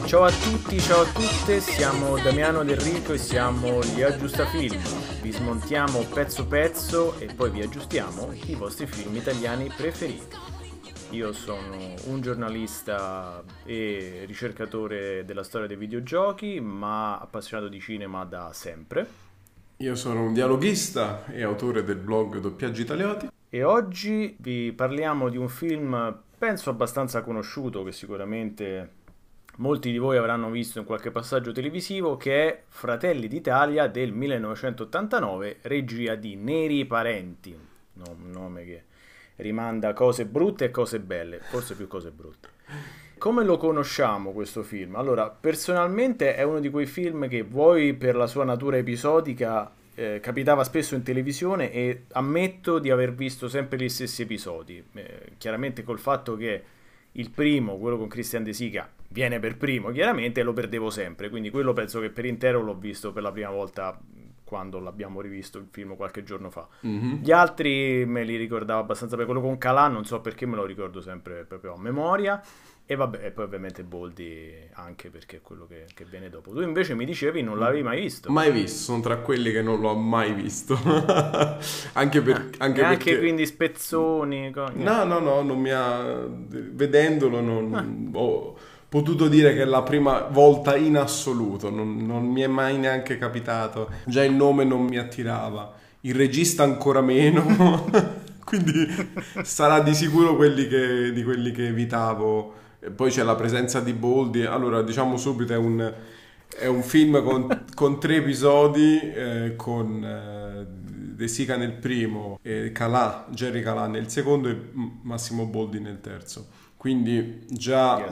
Ciao a tutti, ciao a tutte, siamo Damiano Del Rico e siamo gli Aggiustafilm. Vi smontiamo pezzo pezzo e poi vi aggiustiamo i vostri film italiani preferiti. Io sono un giornalista e ricercatore della storia dei videogiochi, ma appassionato di cinema da sempre. Io sono un dialoghista e autore del blog Doppiaggi Italiati. E oggi vi parliamo di un film, penso abbastanza conosciuto, che sicuramente molti di voi avranno visto in qualche passaggio televisivo, che è Fratelli d'Italia del 1989, regia di Neri Parenti, un nome che rimanda a cose brutte e cose belle, forse più cose brutte. Come lo conosciamo questo film? Allora, personalmente è uno di quei film che vuoi per la sua natura episodica capitava spesso in televisione e ammetto di aver visto sempre gli stessi episodi, chiaramente col fatto che il primo, quello con Christian De Sica, viene per primo, chiaramente, e lo perdevo sempre, quindi quello penso che per intero l'ho visto per la prima volta quando l'abbiamo rivisto il film qualche giorno fa. Gli altri me li ricordavo abbastanza bene, quello con Calà non so perché me lo ricordo sempre proprio a memoria, e vabbè, e poi ovviamente Boldi anche perché è quello che viene dopo. Tu invece mi dicevi non l'avevi mai visto. Mai visto, sono tra quelli che non l'ho mai visto. anche perché... quindi spezzoni... No, non mi ha... Vedendolo non ho potuto dire che è la prima volta in assoluto, non mi è mai neanche capitato. Già il nome non mi attirava, il regista ancora meno, quindi sarà di sicuro di quelli che evitavo. E poi c'è la presenza di Boldi. Allora, diciamo subito, è un film con 3 episodi, con De Sica nel primo, e Jerry Calà nel secondo e Massimo Boldi nel terzo. Quindi già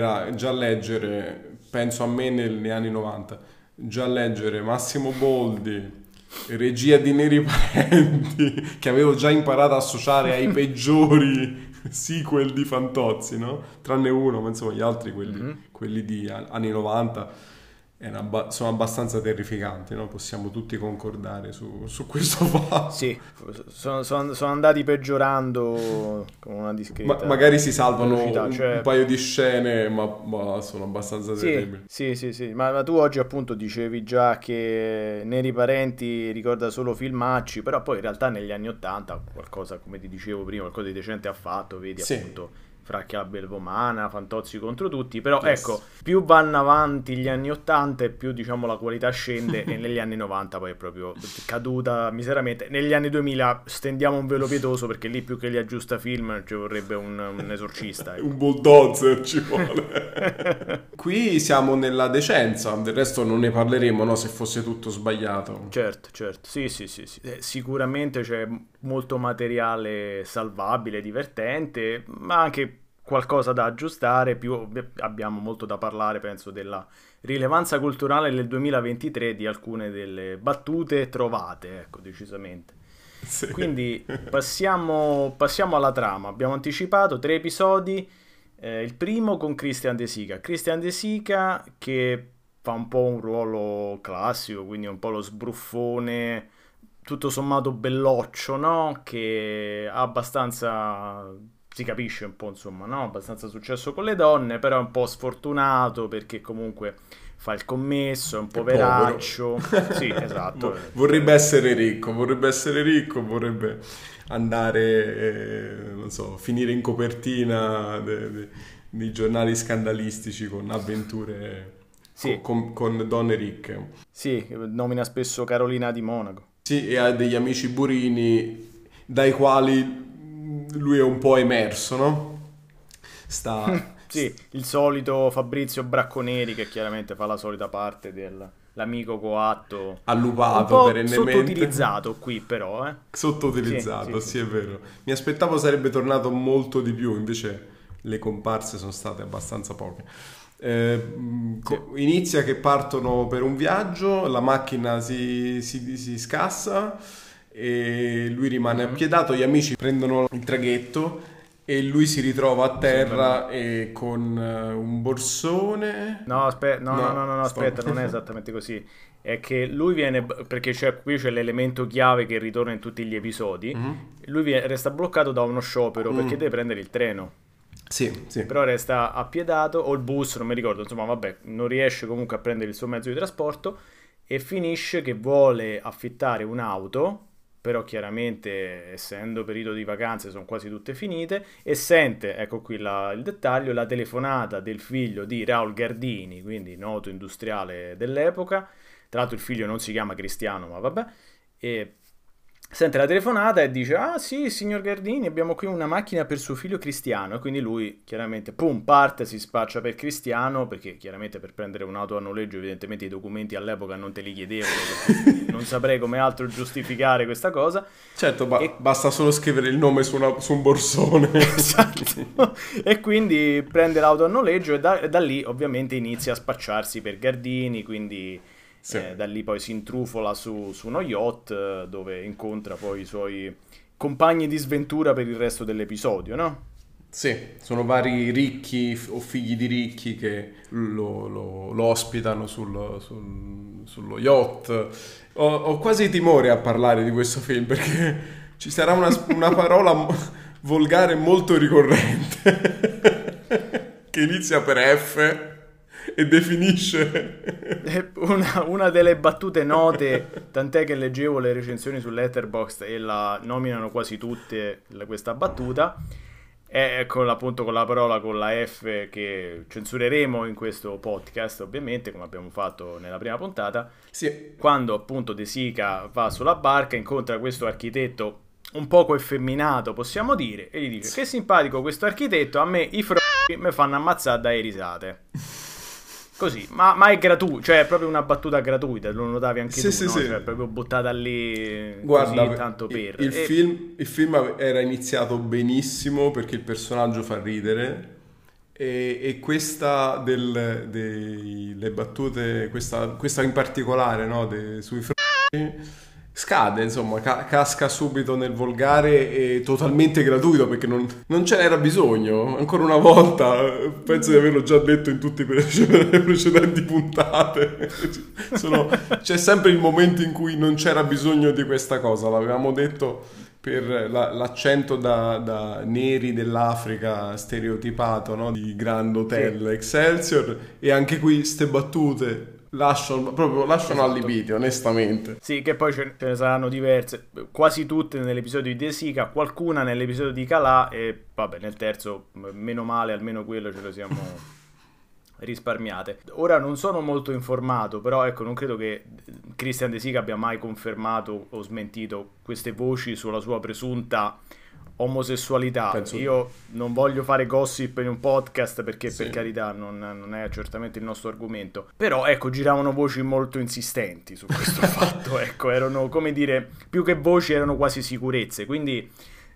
leggere, penso a me negli anni 90, già leggere Massimo Boldi, regia di Neri Parenti, che avevo già imparato a associare ai peggiori sequel di Fantozzi, no? Tranne uno, ma insomma gli altri, quelli di anni 90, sono abbastanza terrificanti, no? Possiamo tutti concordare su questo fatto. Sì, sono andati peggiorando con una discreta magari si salvano velocità, un paio di scene, ma sono abbastanza terribili. Sì. Ma tu oggi appunto dicevi già che Neri Parenti ricorda solo filmacci, però poi in realtà negli anni '80 qualcosa, come ti dicevo prima, qualcosa di decente ha fatto, vedi appunto Fracchi alla Belvomana, Fantozzi contro tutti, però ecco, più vanno avanti gli anni '80 e più diciamo la qualità scende e negli anni '90 poi è proprio caduta miseramente. Negli anni 2000 stendiamo un velo pietoso perché lì più che gli aggiustafilm ci vorrebbe un esorcista, ecco. Un bulldozer ci vuole. Qui siamo nella decenza, del resto non ne parleremo, no, se fosse tutto sbagliato. Certo, sì. Sicuramente c'è molto materiale salvabile, divertente, ma anche qualcosa da aggiustare, più abbiamo molto da parlare, penso, della rilevanza culturale nel 2023 di alcune delle battute trovate, ecco, decisamente. Sì. Quindi passiamo alla trama. Abbiamo anticipato 3 episodi, il primo con Christian De Sica. Christian De Sica che fa un po' un ruolo classico, quindi un po' lo sbruffone, tutto sommato belloccio, no? Che ha abbastanza, si capisce un po', insomma, no? Abbastanza successo con le donne, però è un po' sfortunato perché comunque fa il commesso, è un poveraccio. Sì, esatto. Vorrebbe essere ricco, vorrebbe andare, non so, finire in copertina dei giornali scandalistici con avventure con donne ricche. Sì, nomina spesso Carolina di Monaco. Sì, e ha degli amici burini dai quali lui è un po' emerso, no? Sì, il solito Fabrizio Bracconeri che chiaramente fa la solita parte dell'amico coatto. Allupato perennemente. Sottoutilizzato qui però, Sottoutilizzato, sì, è vero. Mi aspettavo sarebbe tornato molto di più, invece le comparse sono state abbastanza poche. Inizia che partono per un viaggio, la macchina si scassa e lui rimane appiedato, gli amici prendono il traghetto e lui si ritrova a terra e con un borsone. No, aspetta, non è esattamente così. È che lui viene, perché qui c'è l'elemento chiave che ritorna in tutti gli episodi, lui resta bloccato da uno sciopero perché deve prendere il treno. Sì, sì. però resta appiedato, o il bus, non mi ricordo, insomma, vabbè, non riesce comunque a prendere il suo mezzo di trasporto e finisce che vuole affittare un'auto, però chiaramente essendo periodo di vacanze sono quasi tutte finite, e sente, ecco qui il dettaglio, la telefonata del figlio di Raul Gardini, quindi noto industriale dell'epoca. Tra l'altro il figlio non si chiama Cristiano, ma vabbè, e sente la telefonata e dice: ah sì, signor Gardini, abbiamo qui una macchina per suo figlio Cristiano. E quindi lui chiaramente, pum, parte, si spaccia per Cristiano, perché chiaramente per prendere un'auto a noleggio evidentemente i documenti all'epoca non te li chiedevano, per cui non saprei come altro giustificare questa cosa. Certo, E basta solo scrivere il nome su un borsone. esatto. E quindi prende l'auto a noleggio e da lì ovviamente inizia a spacciarsi per Gardini, quindi Sì. da lì poi si intrufola su uno yacht dove incontra poi i suoi compagni di sventura per il resto dell'episodio, no? Sì, sono vari ricchi o figli di ricchi che lo ospitano sullo yacht. Ho quasi timore a parlare di questo film perché ci sarà una parola volgare molto ricorrente che inizia per F e definisce... È una delle battute note, tant'è che leggevo le recensioni su Letterboxd e la nominano quasi tutte questa battuta. È appunto con la parola con la F che censureremo in questo podcast, ovviamente, come abbiamo fatto nella prima puntata. Sì, Quando appunto De Sica va sulla barca, incontra questo architetto un poco effeminato, possiamo dire, e gli dice: che simpatico questo architetto, a me i froghi mi fanno ammazzare dai risate. Così, ma è gratuito, cioè è proprio una battuta gratuita, lo notavi anche sì, tu, sì, no? sì. Cioè proprio buttata lì Guarda, così, tanto per. il film era iniziato benissimo perché il personaggio fa ridere e questa le battute, questa in particolare, no, sui fratelli, scade, insomma, casca subito nel volgare e totalmente gratuito perché non ce n'era bisogno. Ancora una volta, penso di averlo già detto in tutte le precedenti puntate. C'è sempre il momento in cui non c'era bisogno di questa cosa, l'avevamo detto per l'accento da neri dell'Africa stereotipato, no? Di Grand Hotel Sì. Excelsior, e anche qui ste battute lasciano Esatto. allibiti, onestamente. Sì, che poi ce ne saranno diverse, quasi tutte nell'episodio di De Sica, qualcuna nell'episodio di Calà e vabbè, nel terzo, meno male, almeno quello ce lo siamo risparmiate. Ora non sono molto informato, però ecco, non credo che Christian De Sica abbia mai confermato o smentito queste voci sulla sua presunta omosessualità. Penso... Io non voglio fare gossip in un podcast perché Sì. per carità non è certamente il nostro argomento, però ecco, giravano voci molto insistenti su questo fatto, ecco, erano, come dire, più che voci erano quasi sicurezze, quindi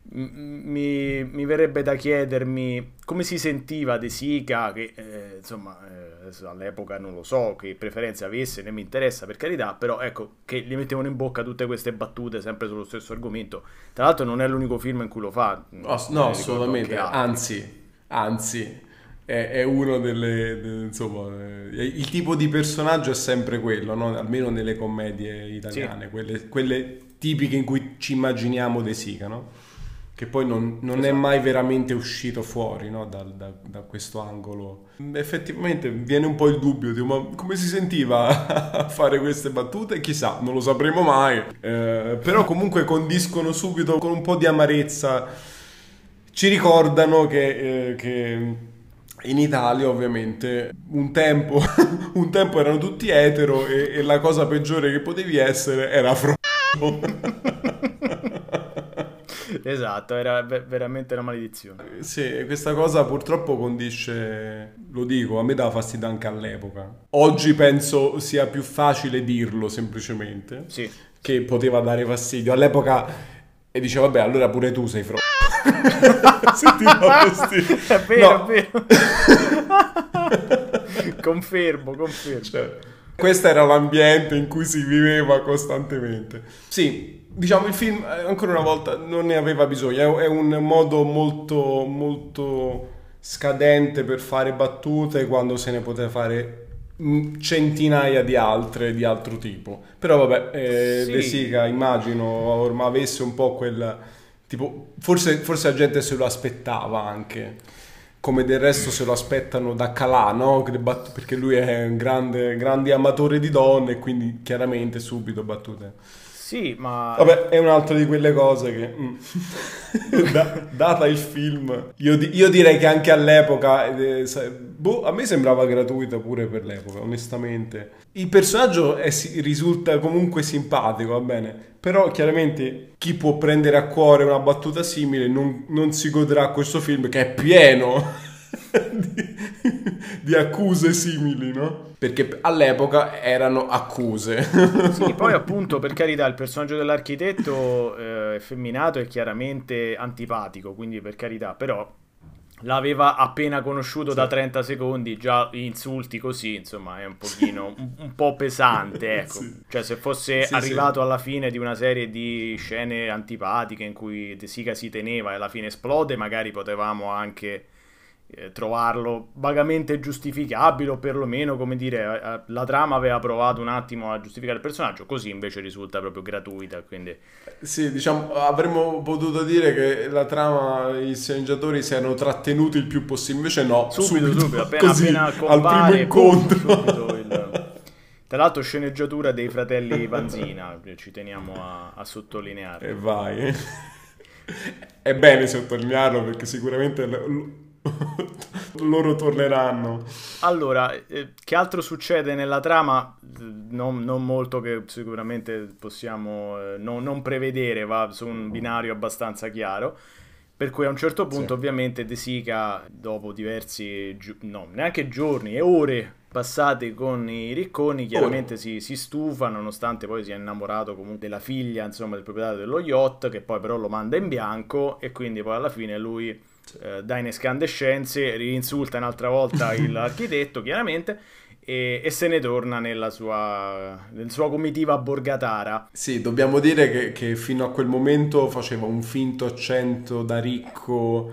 mi verrebbe da chiedermi come si sentiva De Sica, che insomma adesso all'epoca non lo so che preferenze avesse, né mi interessa per carità, però ecco che gli mettevano in bocca tutte queste battute sempre sullo stesso argomento. Tra l'altro non è l'unico film in cui lo fa, No, assolutamente, anzi è uno insomma, il tipo di personaggio è sempre quello, no? Almeno nelle commedie italiane, sì. quelle tipiche in cui ci immaginiamo De Sica, no? Che poi non è Esatto. mai veramente uscito fuori, no? Da questo angolo. Effettivamente viene un po' il dubbio, dico, ma come si sentiva a fare queste battute? Chissà, non lo sapremo mai. Però comunque condiscono subito con un po' di amarezza. Ci ricordano che in Italia ovviamente un tempo erano tutti etero e la cosa peggiore che potevi essere era Esatto, era veramente una maledizione. Sì, questa cosa purtroppo condisce, lo dico, a me dava fastidio anche all'epoca. Oggi penso sia più facile dirlo semplicemente, Sì. che poteva dare fastidio. All'epoca e dice vabbè, allora pure tu sei Sentiva fastidio. È vero, No. è vero. Confermo. Cioè, questo era l'ambiente in cui si viveva costantemente. Sì, diciamo il film ancora una volta non ne aveva bisogno, è un modo molto molto scadente per fare battute quando se ne poteva fare centinaia di altre di altro tipo. Però vabbè, Sì. De Sica immagino ormai avesse un po' quel tipo, forse la gente se lo aspettava anche. come del resto se lo aspettano da Calà, no? Perché lui è un grande amatore di donne e quindi chiaramente subito battute. Sì, ma Vabbè, è un'altra di quelle cose che, data il film, io direi che anche all'epoca, a me sembrava gratuita pure per l'epoca, onestamente. Il personaggio risulta comunque simpatico, va bene, però chiaramente chi può prendere a cuore una battuta simile non si godrà questo film che è pieno di accuse simili, no? Perché all'epoca erano accuse. sì, poi appunto per carità il personaggio dell'architetto effeminato è chiaramente antipatico, quindi per carità, però l'aveva appena conosciuto Sì. da 30 secondi, già insulti così, insomma, è un pochino un po' pesante, ecco. Sì. Cioè se fosse Sì, sì. arrivato alla fine di una serie di scene antipatiche in cui De Sica si teneva e alla fine esplode, magari potevamo anche trovarlo vagamente giustificabile o perlomeno, come dire, la trama aveva provato un attimo a giustificare il personaggio, così invece risulta proprio gratuita, quindi Sì, diciamo, avremmo potuto dire che la trama, i sceneggiatori si erano trattenuti il più possibile, invece no, subito, così, appena al primo compare, boom, incontro. subito tra l'altro sceneggiatura dei fratelli Vanzina, ci teniamo a sottolineare. E vai. È bene sottolinearlo perché sicuramente loro torneranno. Allora, che altro succede nella trama? Non molto che sicuramente possiamo non prevedere, va su un binario abbastanza chiaro. Per cui a un certo Sì. punto, ovviamente, De Sica, dopo diversi, no, neanche giorni e ore passate con i ricconi, Ora, chiaramente si stufa, nonostante poi sia innamorato comunque della figlia, insomma, del proprietario dello yacht, che poi però lo manda in bianco e quindi poi alla fine lui dà in escandescenze, rinsulta un'altra volta l'architetto, chiaramente, e se ne torna nella sua comitiva borgatara. sì, dobbiamo dire che fino a quel momento faceva un finto accento da ricco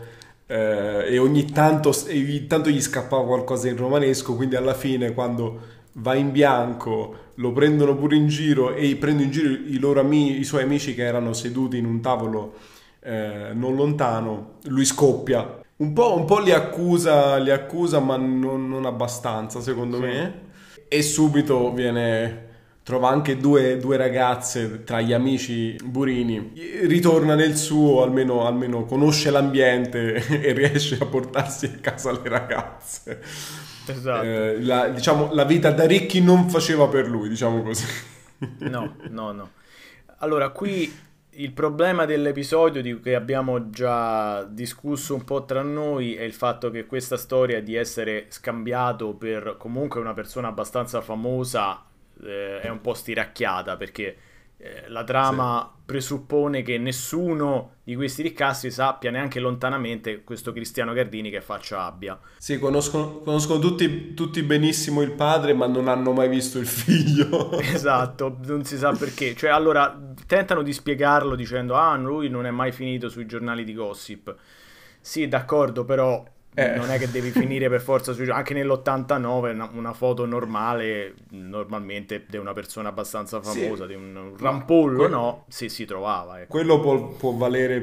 e ogni tanto gli scappava qualcosa in romanesco, quindi alla fine quando va in bianco lo prendono pure in giro e prende in giro i suoi amici che erano seduti in un tavolo non lontano, lui scoppia. Un po' li accusa, ma non abbastanza, secondo Sì. me. E subito trova anche due ragazze tra gli amici burini. Ritorna nel suo, almeno conosce l'ambiente e riesce a portarsi a casa le ragazze. Esatto. Diciamo, la vita da ricchi non faceva per lui, diciamo così. No, no, no. Allora, qui il problema dell'episodio di cui abbiamo già discusso un po' tra noi è il fatto che questa storia di essere scambiato per comunque una persona abbastanza famosa è un po' stiracchiata perché la Sì. trama presuppone che nessuno di questi ricassi sappia neanche lontanamente questo Cristiano Gardini che faccia abbia. Sì, conoscono tutti benissimo il padre, ma non hanno mai visto il figlio. Esatto, non si sa perché. Cioè, allora, tentano di spiegarlo dicendo, ah, lui non è mai finito sui giornali di gossip. Sì, d'accordo, però Eh, non è che devi finire per forza sui giornali. Anche nell'89 una foto normale, normalmente, di una persona abbastanza sì, famosa, di un ma rampollo, no? Sì, si trovava, ecco. quello può valere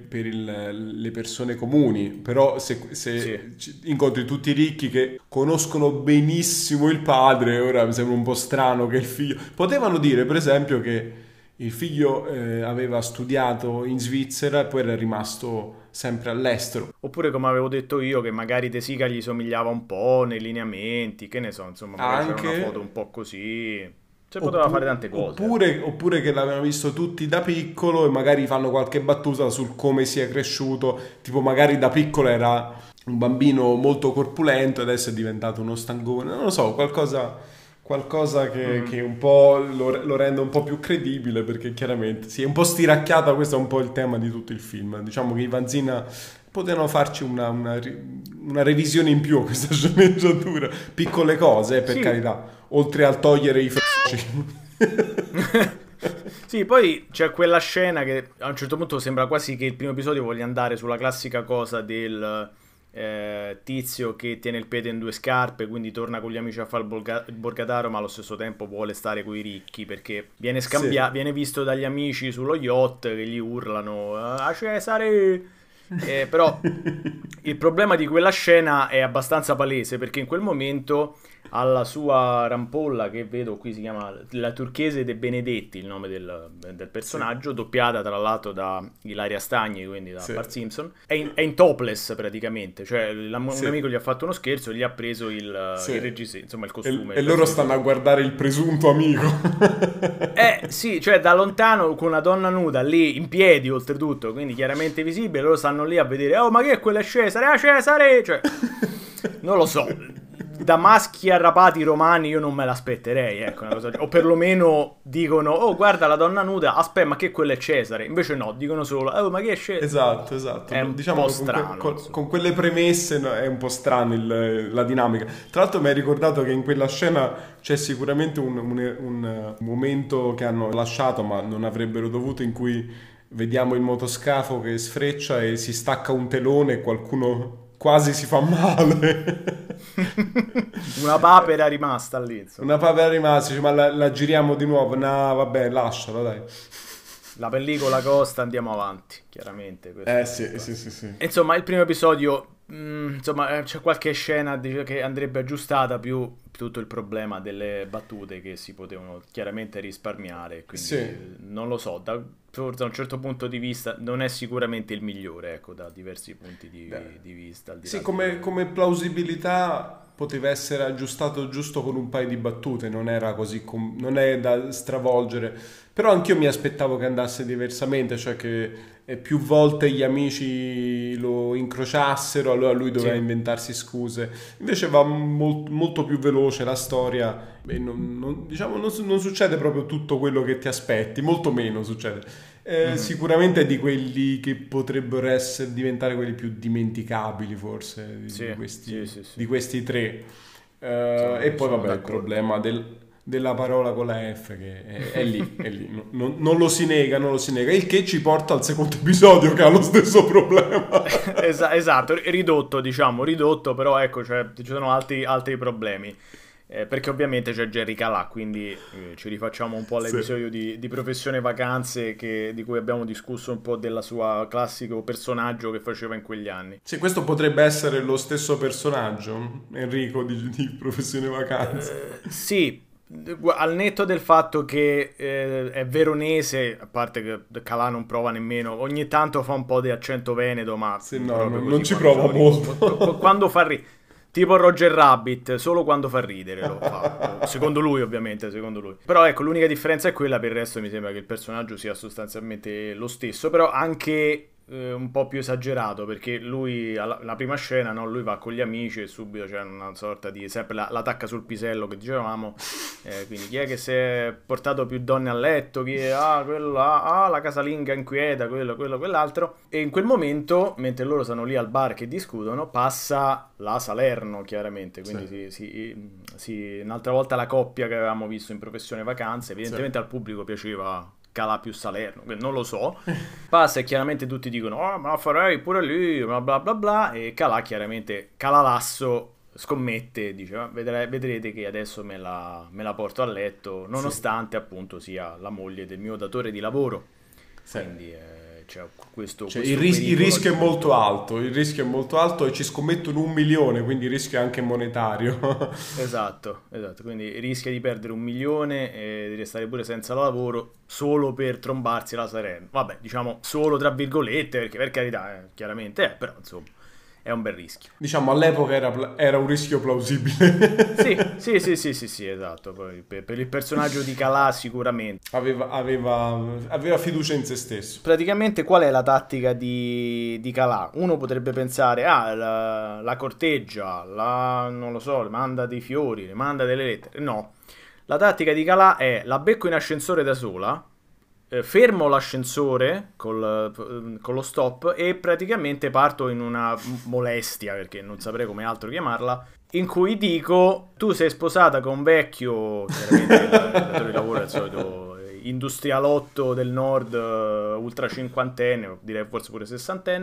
le persone comuni, però Sì. se incontri tutti i ricchi che conoscono benissimo il padre, ora mi sembra un po' strano che il figlio... Potevano dire, per esempio, che il figlio aveva studiato in Svizzera e poi era rimasto sempre all'estero. Oppure, come avevo detto io, che magari De Sica gli somigliava un po' nei lineamenti, che ne so, insomma, magari c'era una foto Anche... un po' così. Cioè, poteva fare tante cose. Oppure che l'avevano visto tutti da piccolo e magari fanno qualche battuta sul come sia cresciuto, tipo magari da piccolo era un bambino molto corpulento e adesso è diventato uno stangone, non lo so, qualcosa che un po' lo rende un po' più credibile perché chiaramente sì, è un po' stiracchiata, questo è un po' il tema di tutto il film. Diciamo che i Vanzina potevano farci una revisione in più a questa sceneggiatura, piccole cose, per Sì, carità, oltre al togliere i frci. sì, poi c'è quella scena che a un certo punto sembra quasi che il primo episodio voglia andare sulla classica cosa del tizio che tiene il piede in due scarpe, quindi torna con gli amici a fare il borgataro, ma allo stesso tempo vuole stare con i ricchi perché Sì, viene visto dagli amici sullo yacht che gli urlano a Cesare. Però il problema di quella scena è abbastanza palese, perché in quel momento alla sua rampolla, che vedo qui si chiama la Turchese De Benedetti, il nome del Sì, personaggio, doppiata tra l'altro da Ilaria Stagni, quindi da sì, Bart Simpson, è in topless praticamente, cioè un sì, amico gli ha fatto uno scherzo e gli ha preso il sì. reggiseno, insomma il costume, E il pezzo loro di stanno a costume. guardare il presunto amico. Sì, cioè da lontano con una donna nuda lì in piedi oltretutto, quindi chiaramente visibile, loro stanno lì a vedere, oh ma che è quella è Cesare? Ah Cesare! Cioè, non lo so, da maschi arrapati romani io non me l'aspetterei, ecco, una cosa, o perlomeno dicono, oh guarda la donna nuda, aspetta ma che quella è Cesare? Invece no, dicono solo, oh ma che è Cesare? Esatto, esatto. È un po' Diciamo che strano, insomma. con quelle premesse no, è un po' strano la dinamica. Tra l'altro mi hai ricordato che in quella scena c'è sicuramente un momento che hanno lasciato, ma non avrebbero dovuto, in cui vediamo il motoscafo che sfreccia e si stacca un telone e qualcuno quasi si fa male. Una papera rimasta lì, insomma. Una papera rimasta, dice, ma la giriamo di nuovo? No, vabbè, lasciala, dai. La pellicola costa, andiamo avanti, chiaramente. Questo è Sì, tutto. sì, sì, sì. Insomma, il primo episodio, insomma, c'è qualche scena che andrebbe aggiustata, più tutto il problema delle battute che si potevano chiaramente risparmiare, quindi Sì. non lo so, forse da un certo punto di vista non è sicuramente il migliore, ecco, da diversi punti di vista, al di Sì, là come plausibilità poteva essere aggiustato giusto con un paio di battute, non era così, non è da stravolgere. Però anch'io mi aspettavo che andasse diversamente, cioè che più volte gli amici lo incrociassero, allora lui doveva Sì. inventarsi scuse. Invece va molto più veloce la storia, e diciamo, non succede proprio tutto quello che ti aspetti, molto meno succede. Mhm. Sicuramente è di quelli che potrebbero diventare quelli più dimenticabili forse Sì, sì, sì, sì. di questi tre. E Sono, poi sono vabbè il d'accordo. problema della parola con la F che è lì, è lì. Non lo si nega, non lo si nega. Il che ci porta al secondo episodio che ha lo stesso problema. Esatto, ridotto, diciamo, ridotto, però ecco, cioè, ci sono altri problemi. Perché ovviamente c'è Jerry Calà, quindi ci rifacciamo un po' Sì. all'episodio di Professione Vacanze di cui abbiamo discusso un po' della sua classico personaggio che faceva in quegli anni. Sì, questo potrebbe essere lo stesso personaggio, Enrico di Professione Vacanze. Sì, al netto del fatto che è veronese, a parte che Calà non prova nemmeno, ogni tanto fa un po' di accento veneto, ma Sì, no, proprio non così ci quando ce prova lo dico. molto. Quando fa ridere. Tipo Roger Rabbit, solo quando fa ridere lo fa. Secondo lui, ovviamente, secondo lui. Però ecco, l'unica differenza è quella, per il resto mi sembra che il personaggio sia sostanzialmente lo stesso, però anche un po' più esagerato, perché lui, la prima scena, no? Lui va con gli amici e subito c'è una sorta di, sempre l'attacca sul pisello che dicevamo, quindi chi è che si è portato più donne a letto, chi è, quello là, la casalinga inquieta, quello, quell'altro, e in quel momento, mentre loro stanno lì al bar che discutono, passa la Salerno, chiaramente, Sì, quindi un'altra volta la coppia che avevamo visto in Professione Vacanze, sì, evidentemente al pubblico piaceva Calà più Salerno, non lo so. Passa e chiaramente tutti dicono, oh ma la farei pure lì, bla bla bla bla, e Calà chiaramente, Calalasso scommette, dice, vedrete che adesso me la porto a letto, sì, nonostante appunto sia la moglie del mio datore di lavoro. sì. Quindi c'è questo, Cioè, questo il pericolo rischio è molto aggiunto. alto, il rischio è molto alto e ci scommettono 1 milione, quindi il rischio è anche monetario. Esatto, esatto, quindi rischia di perdere 1 milione e di restare pure senza lavoro solo per trombarsi la Salerno. Vabbè, diciamo solo tra virgolette, perché per carità, chiaramente però insomma, è un bel rischio. Diciamo, all'epoca era un rischio plausibile. Sì, sì, sì, sì, sì, sì, esatto, poi per il personaggio di Calà sicuramente. Aveva fiducia in se stesso. Praticamente qual è la tattica di Calà? Uno potrebbe pensare, la corteggia, non lo so, le manda dei fiori, le manda delle lettere. No, la tattica di Calà è la becco in ascensore da sola, fermo l'ascensore con lo stop e praticamente parto in una molestia, perché non saprei come altro chiamarla, in cui dico, tu sei sposata con un vecchio, chiaramente il datore di lavoro è il solito industrialotto del nord, ultra cinquantenne, direi forse pure sessantenne,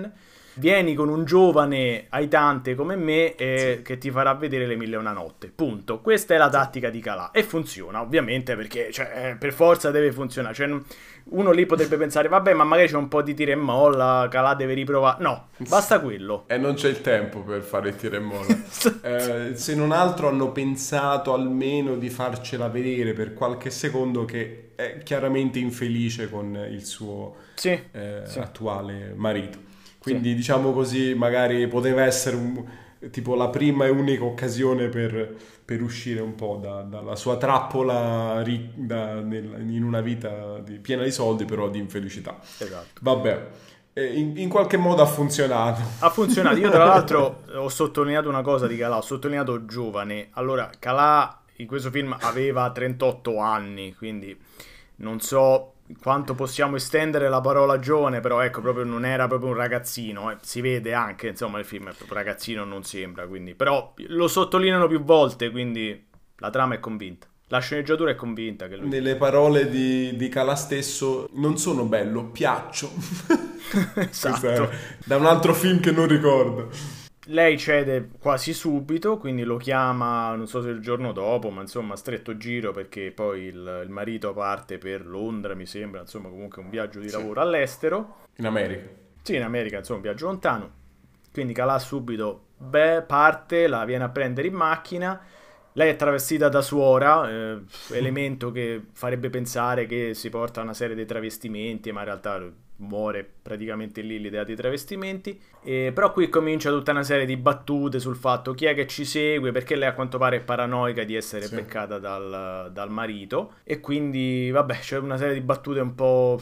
vieni con un giovane aitante come me che ti farà vedere le mille e una notte, punto. Questa è la tattica di Calà e funziona ovviamente, perché cioè, per forza deve funzionare, cioè, uno lì potrebbe pensare vabbè, ma magari c'è un po' di tira e molla, Calà deve riprovare, no, basta quello. E non c'è il tempo per fare il tira e molla. Se non altro hanno pensato almeno di farcela vedere per qualche secondo che è chiaramente infelice con il suo sì. attuale marito. Quindi diciamo così, magari poteva essere tipo la prima e unica occasione per uscire un po' dalla sua trappola in una vita piena di soldi, però di infelicità. Esatto. Vabbè. In qualche modo ha funzionato. Ha funzionato. Io tra l'altro ho sottolineato una cosa di Calà, ho sottolineato giovane. Allora, Calà in questo film aveva 38 anni, quindi non so quanto possiamo estendere la parola giovane, però ecco, proprio non era proprio un ragazzino, si vede anche, insomma, il film è proprio ragazzino, non sembra, quindi, però lo sottolineano più volte, quindi la trama è convinta. La sceneggiatura è convinta che lui... Nelle parole di Calà stesso, non sono bello, piaccio. Esatto. Da un altro film che non ricordo. Lei cede quasi subito, quindi lo chiama, non so se il giorno dopo, ma insomma stretto giro, perché poi il marito parte per Londra, mi sembra, insomma comunque un viaggio di lavoro all'estero. In America. Sì, in America, insomma un viaggio lontano. Quindi Calà subito parte, la viene a prendere in macchina. Lei è travestita da suora, elemento che farebbe pensare che si porta una serie di travestimenti, ma in realtà muore praticamente lì l'idea dei travestimenti. Però qui comincia tutta una serie di battute sul fatto chi è che ci segue, perché lei a quanto pare è paranoica di essere beccata dal marito, e quindi vabbè c'è una serie di battute un po'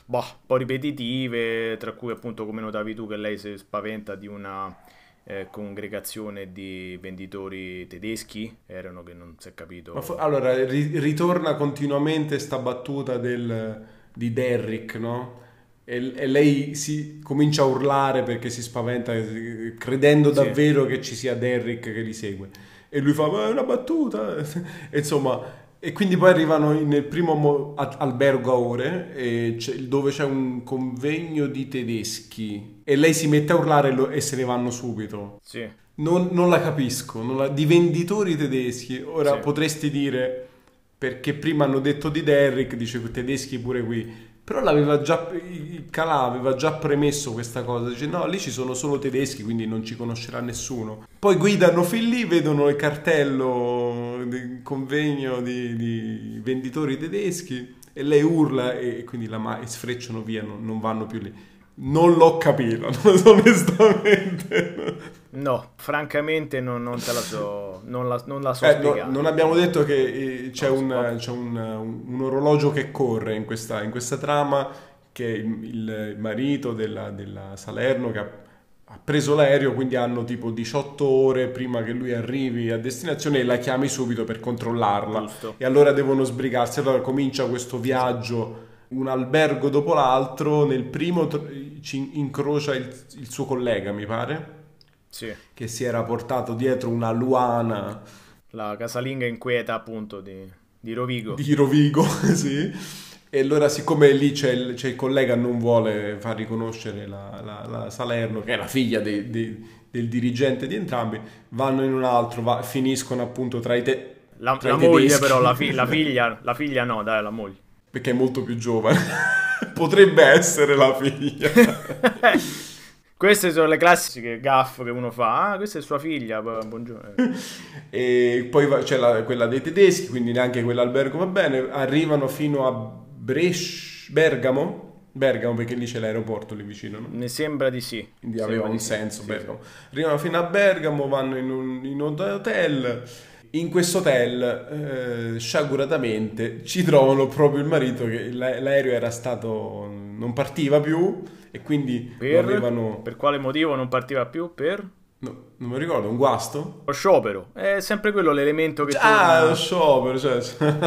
ripetitive, tra cui appunto, come notavi tu, che lei si spaventa di una congregazione di venditori tedeschi, erano, che non si è capito. Allora ritorna continuamente sta battuta di Derrick, no? E lei comincia a urlare perché si spaventa, credendo davvero che ci sia Derrick che li segue, e lui fa ma è una battuta e insomma, e quindi poi arrivano nel primo albergo a ore, dove c'è un convegno di tedeschi, e lei si mette a urlare e se ne vanno subito. Sì. Non la capisco, di venditori tedeschi. Ora potresti dire perché prima hanno detto di Derrick, dice tedeschi pure qui, però Calà aveva già premesso questa cosa, dice no, lì ci sono solo tedeschi, quindi non ci conoscerà nessuno. Poi guidano fin lì, vedono il cartello di convegno di venditori tedeschi e lei urla e quindi sfrecciano via, non vanno più lì. Non l'ho capito, onestamente. No, francamente non te la so, non la so spiegare. Non abbiamo detto che c'è un orologio che corre in questa trama, che è il marito della Salerno che ha preso l'aereo, quindi hanno tipo 18 ore prima che lui arrivi a destinazione, e la chiami subito per controllarla. Giusto. E allora devono sbrigarsi, allora comincia questo viaggio, un albergo dopo l'altro. Nel primo ci incrocia il suo collega, mi pare, che si era portato dietro una Luana, la casalinga inquieta appunto di Rovigo. Di Rovigo, sì. E allora, siccome lì c'è il collega, non vuole far riconoscere la Salerno, che è la figlia del dirigente di entrambi, vanno in un altro, finiscono appunto tra i la tedeschi. Moglie però, la figlia no, dai, la moglie. Perché è molto più giovane. Potrebbe essere la figlia. Queste sono le classiche gaffe che uno fa. Ah, questa è sua figlia, buongiorno. E poi c'è quella dei tedeschi, quindi neanche quell'albergo va bene. Arrivano fino a Bergamo, perché lì c'è l'aeroporto lì vicino, no? Mi sembra di sì. Quindi aveva un senso, Bergamo. Arrivano fino a Bergamo, vanno in un hotel. In questo hotel, sciaguratamente, ci trovano proprio il marito, che l'aereo era stato, non partiva più, e quindi per quale motivo non partiva più? No, non mi ricordo, un guasto? Lo sciopero, è sempre quello l'elemento che lo sciopero, cioè.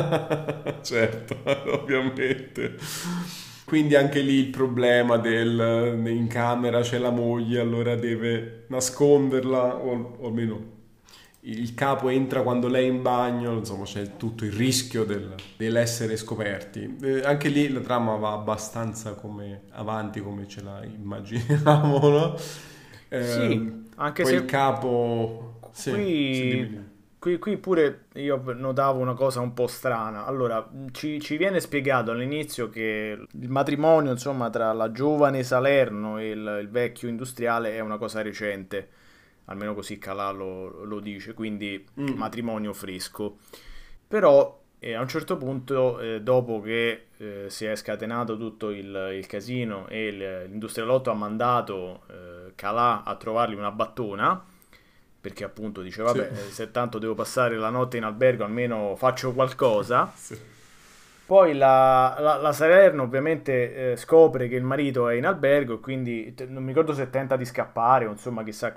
Certo, ovviamente. Quindi anche lì il problema in camera c'è la moglie, allora deve nasconderla, o almeno il capo entra quando lei è in bagno, insomma c'è tutto il rischio dell'essere scoperti. Anche lì la trama va abbastanza avanti come ce la immaginiamo, no? Sì, anche Poi se il capo... Sì, sì, dimmi, qui, dimmi. qui pure io notavo una cosa un po' strana. Allora, ci viene spiegato all'inizio che il matrimonio, insomma, tra la giovane Salerno e il vecchio industriale è una cosa recente, almeno così Calà lo dice, quindi Mm, matrimonio fresco. Però a un certo punto, dopo che si è scatenato tutto il casino e l'industrialotto ha mandato Calà a trovargli una battona, perché appunto dice, sì, vabbè, se tanto devo passare la notte in albergo, almeno faccio qualcosa. sì. Poi la Salerno ovviamente scopre che il marito è in albergo e quindi non mi ricordo se tenta di scappare o insomma chissà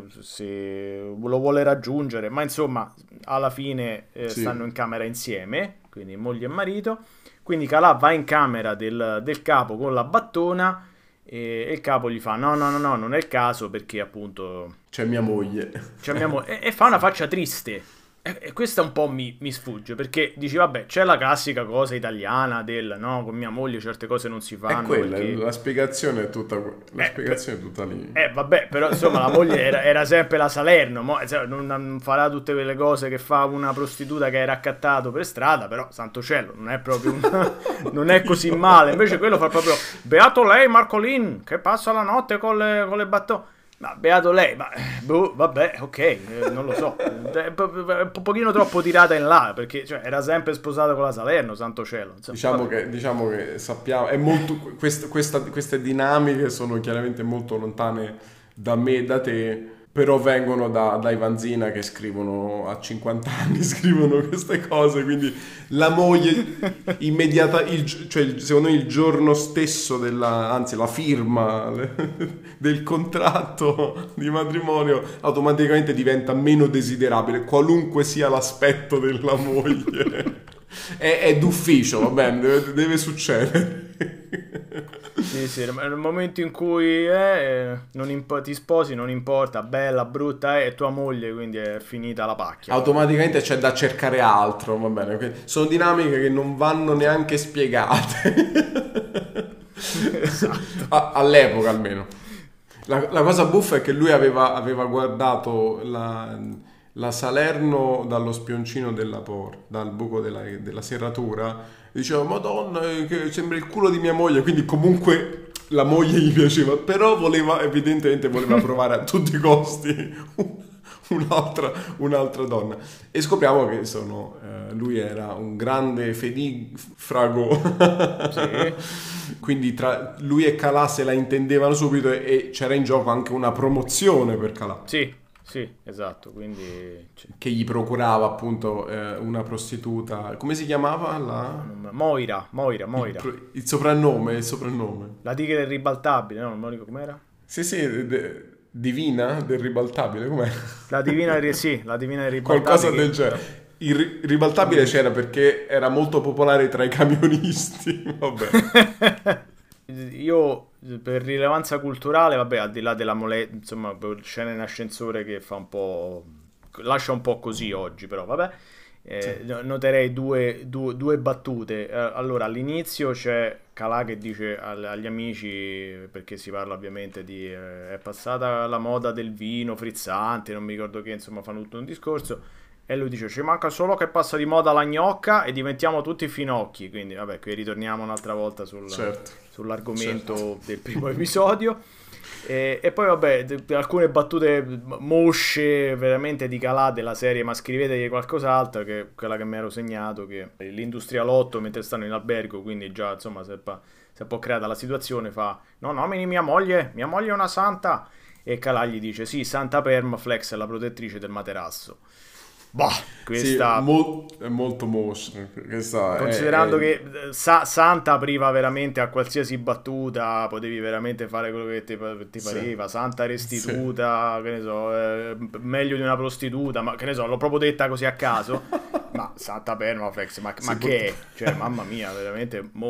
se lo vuole raggiungere, ma insomma alla fine stanno Sì. in camera insieme, quindi moglie e marito. Quindi Calà va in camera del capo con la battona e il capo gli fa no, no, no, no, non è il caso perché appunto C'è mia moglie. cioè, e fa una Sì. faccia triste. E questa un po' mi sfugge perché dici, vabbè, c'è la classica cosa italiana del no, con mia moglie certe cose non si È fanno quella, perché. la spiegazione è tutta, la Eh, per- spiegazione è tutta lì. vabbè, però insomma la moglie era sempre la Salerno, non farà tutte quelle cose che fa una prostituta che hai raccattato per strada, però santo cielo, non è proprio non è così Dio. male. Invece quello fa proprio, beato lei Marcolin, che passa la notte con le battone. Ma beato lei, ma boh, vabbè, ok, non lo so. È un pochino troppo tirata in là, perché cioè, era sempre sposata con la Salerno, santo cielo. Insomma, vabbè. Diciamo che sappiamo, è molto, queste dinamiche sono chiaramente molto lontane da me e da te, però vengono dai Vanzina che scrivono a 50 anni, scrivono queste cose, quindi la moglie immediata, secondo me il giorno stesso anzi la firma del contratto di matrimonio automaticamente diventa meno desiderabile, qualunque sia l'aspetto della moglie. È d'ufficio, va bene, deve succedere. Sì, sì, nel momento in cui ti sposi, non importa, bella, brutta è tua moglie, quindi è finita la pacchia. Automaticamente c'è da cercare altro, va bene. Sono dinamiche che non vanno neanche spiegate. Esatto. All'epoca almeno. La cosa buffa è che lui aveva guardato la Salerno dallo spioncino dal buco della serratura. E diceva, Madonna, che sembra il culo di mia moglie. Quindi comunque la moglie gli piaceva, però evidentemente voleva provare a tutti i costi un'altra donna. E scopriamo che lui era un grande fedifrago. Sì, Quindi tra lui e Calà se la intendevano subito e c'era in gioco anche una promozione per Calà, sì, sì, esatto, quindi che gli procurava appunto una prostituta. Come si chiamava Moira, Moira, Moira. il soprannome? Il soprannome. La tigre ribaltabile, no? Non mi ricordo com'era. Sì, sì, Divina del ribaltabile, com'è? Sì, la divina Qualcosa ribaltabile del genere. Il ribaltabile c'era perché era molto popolare tra i camionisti. Vabbè. Io per rilevanza culturale, vabbè, al di là della insomma, per scena in ascensore che fa un po'. Lascia un po' così oggi, però vabbè. Sì. Noterei due battute. Allora, all'inizio c'è Calà che dice agli amici, perché si parla ovviamente di è passata la moda del vino frizzante, non mi ricordo che, insomma, fanno tutto un discorso. E lui dice: ci manca solo che passa di moda la gnocca e diventiamo tutti finocchi. Quindi, vabbè, qui ritorniamo un'altra volta Certo, sull'argomento certo. del primo episodio. E poi, vabbè, alcune battute mosce veramente di Calà della serie, ma scrivetegli qualcos'altro, che è quella che mi ero segnato, che l'industrialotto mentre stanno in albergo, quindi già, insomma, si è un po' creata la situazione, fa, no, nomini mia moglie è una santa. E Calà gli dice, sì, Santa Permaflex è la protettrice del materasso. Boh, Sì, questa. è molto moscio. Questa Considerando che Santa apriva veramente a qualsiasi battuta, potevi veramente fare quello che ti Sì, pareva. Santa sì. restituta, che ne so, meglio di una prostituta, ma che ne so, l'ho proprio detta così a caso. Ma Santa Permaflex, ma Sì, che è? Cioè, mamma mia, veramente,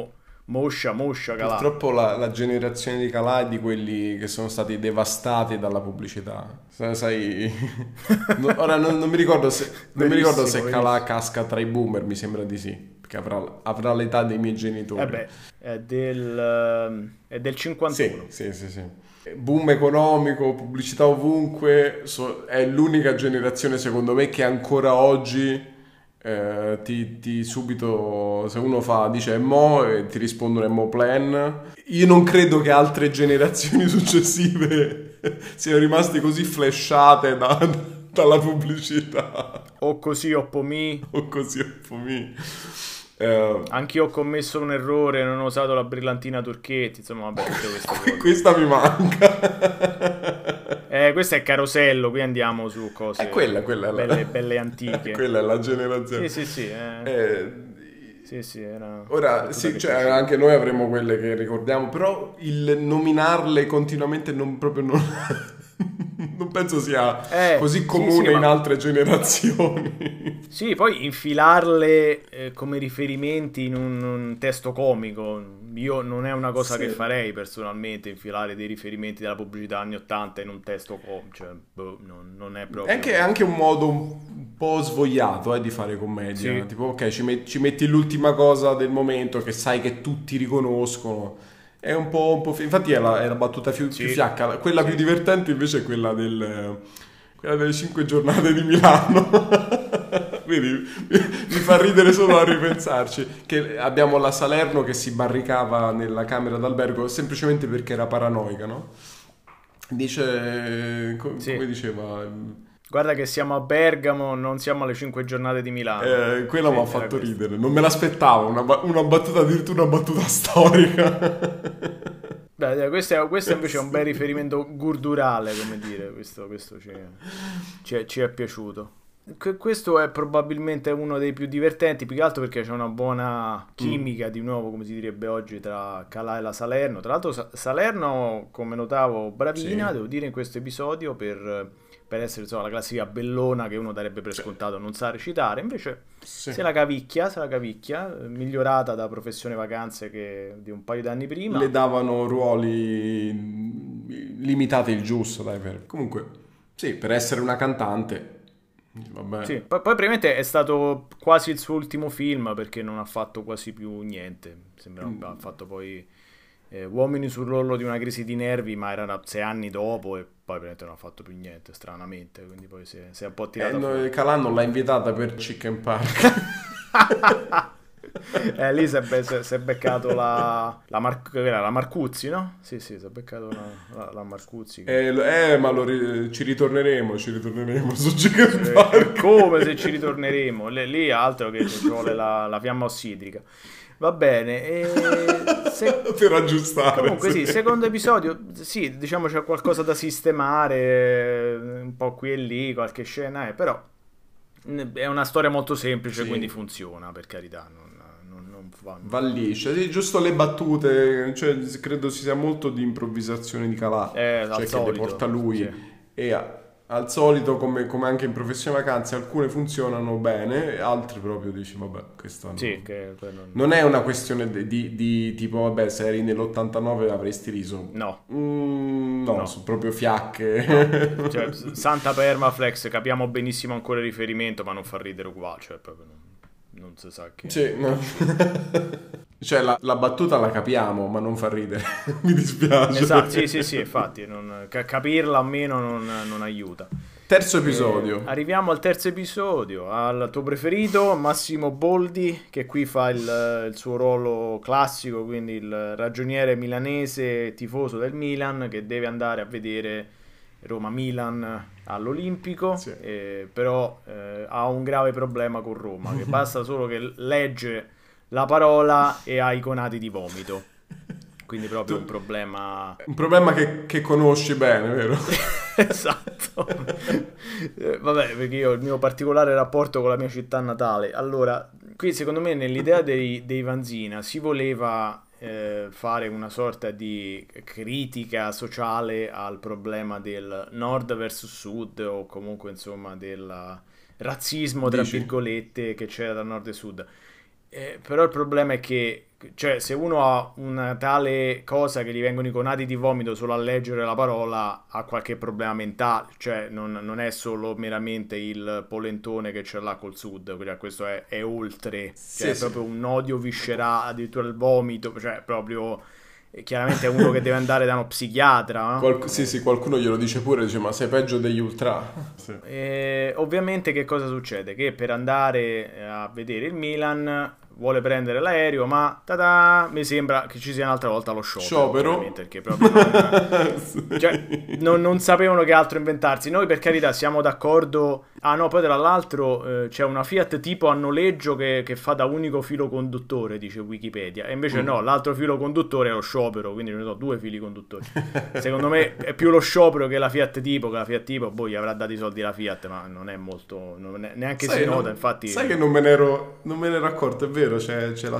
Moscia, Moscia, Calà. Purtroppo la generazione di Calà è di quelli che sono stati devastati dalla pubblicità. Sai, ora non mi ricordo se, non mi ricordo se Verissimo, Calà verissimo. casca tra i boomer, mi sembra di sì, perché avrà l'età dei miei Eh genitori. beh, è del Sì, 51. sì, sì, sì. Boom economico, pubblicità ovunque, è l'unica generazione secondo me che ancora oggi ti subito, se uno dice mo, ti rispondono mo plan. Io non credo che altre generazioni successive siano rimaste così flashate dalla pubblicità O così o pomì. o così affumi. Eh, Anch'io ho commesso un errore, non ho usato la brillantina Turchetti, insomma, vabbè, tutte queste cose. questa mi manca. Questo è Carosello, qui andiamo su È cose quella è belle, belle antiche. quella è la generazione. Sì, sì, sì, Eh, sì, sì, era una ora, battuta sì, che cioè, piaceva. anche noi avremo quelle che ricordiamo, però il nominarle continuamente non proprio non, non penso sia così Sì, sì, comune in ma altre generazioni. sì, poi infilarle come riferimenti in un testo comico, io non è una cosa che Sì. farei personalmente, infilare dei riferimenti della pubblicità anni 80 in un testo comico, cioè, boh, non è È proprio... anche un modo un po' svogliato di fare commedia. Sì, Tipo, ok, ci metti l'ultima cosa del momento che sai che tutti riconoscono. È infatti è la battuta più sì, fiacca. Quella più sì. divertente invece è quella delle 5 giornate di Milano. Vedi, mi fa ridere solo a ripensarci. Che abbiamo la Salerno che si barricava nella camera d'albergo semplicemente perché era paranoica, no? Dice, Sì. come diceva, Guarda che siamo a Bergamo, non siamo alle 5 giornate di Milano. quello Sì, mi ha era fatto questo. ridere, non me l'aspettavo, una battuta, addirittura una battuta storica. Beh, questo invece è un bel Sì. riferimento gurdurale, come dire, questo ci è piaciuto. Questo è probabilmente uno dei più divertenti, più che altro perché c'è una buona Mm, chimica, di nuovo, come si direbbe oggi, tra Calà e la Salerno. Tra l'altro Salerno, come notavo, bravina, sì, devo dire, in questo episodio per essere insomma, la classica bellona che uno darebbe per sì, scontato non sa recitare, invece sì. se la cavicchia, migliorata da Professione Vacanze che di un paio d'anni Le prima. davano ruoli limitati il giusto, dai, comunque, sì, per essere una cantante, vabbè. Sì, poi praticamente è stato quasi il suo ultimo film perché non ha fatto quasi più niente. Sembra ha Mm. fatto poi Uomini sull'orlo di una crisi di nervi, ma erano 6 anni dopo e poi praticamente non ha fatto più niente, stranamente. Quindi poi si è un po' tirata fuori. Calà non l'ha invitata per Chicken Park. Lì si è beccato che era la Marcuzzi, no? Sì, sì, si è beccato la Marcuzzi. Ma ci ritorneremo su Chicken Park. Come se ci ritorneremo. Lì altro che ci vuole la fiamma ossidrica. Va bene. Per aggiustare, Comunque sì. sì, secondo episodio, sì, diciamo c'è qualcosa da sistemare, un po' qui e lì, qualche scena, però è una storia molto semplice, quindi Sì, funziona, per carità, non fa... va lì, cioè, sì, giusto le battute, cioè, credo ci sia molto di improvvisazione di Calà, Al cioè che le porta solito, sì. lui e al solito come anche in Professione Vacanze alcune funzionano bene, e altre proprio dici vabbè, questa Sì, che poi non è una questione di tipo vabbè se eri nell'89 avresti riso. no, No, no, sono proprio no. fiacche. Cioè, Santa Permaflex, capiamo benissimo ancora il riferimento, ma non fa ridere uguale, cioè proprio non si sa Sì, che no. c'entra. Cioè la battuta la capiamo, ma non fa ridere. Mi Esatto, sì, dispiace. sì, sì, infatti, capirla almeno non aiuta. Terzo episodio. Arriviamo al terzo episodio, al tuo preferito, Massimo Boldi, che qui fa il suo ruolo classico, quindi il ragioniere milanese tifoso del Milan, che deve andare a vedere Roma-Milan all'Olimpico, Sì. però ha un grave problema con Roma, che basta solo che legge la parola e ha i conati di vomito. Quindi proprio un Tu- problema. Un problema che conosci bene, vero? Esatto. Vabbè, perché io ho il mio particolare rapporto con la mia città natale. Allora, qui secondo me nell'idea dei Vanzina si voleva fare una sorta di critica sociale al problema del nord versus sud o comunque insomma del razzismo tra Dici? virgolette che c'era da nord e sud. Però il problema è che, cioè, se uno ha una tale cosa che gli vengono i conati di vomito solo a leggere la parola, ha qualche problema mentale, cioè non è solo meramente il polentone che ce l'ha col sud, quindi questo è oltre, cioè è proprio un odio viscerale, addirittura il vomito, cioè proprio chiaramente è uno che deve andare da uno psichiatra, no? Sì, qualcuno glielo dice pure, dice ma sei peggio degli ultra. Sì. Ovviamente che cosa succede? Che per andare a vedere il Milan vuole prendere l'aereo, ma mi sembra che ci sia un'altra volta lo sciopero. Perché proprio non sapevano che altro inventarsi. Noi per carità siamo d'accordo. Ah no, poi tra l'altro c'è una Fiat tipo a noleggio che fa da unico filo conduttore, dice Wikipedia, e invece no, l'altro filo conduttore è lo sciopero, quindi ne so, 2 fili conduttori. Secondo me è più lo sciopero che la Fiat tipo, boh, gli avrà dato i soldi la Fiat, ma non è molto, neanche si nota, infatti. Sai che non me ne ero accorto, è vero, c'è lo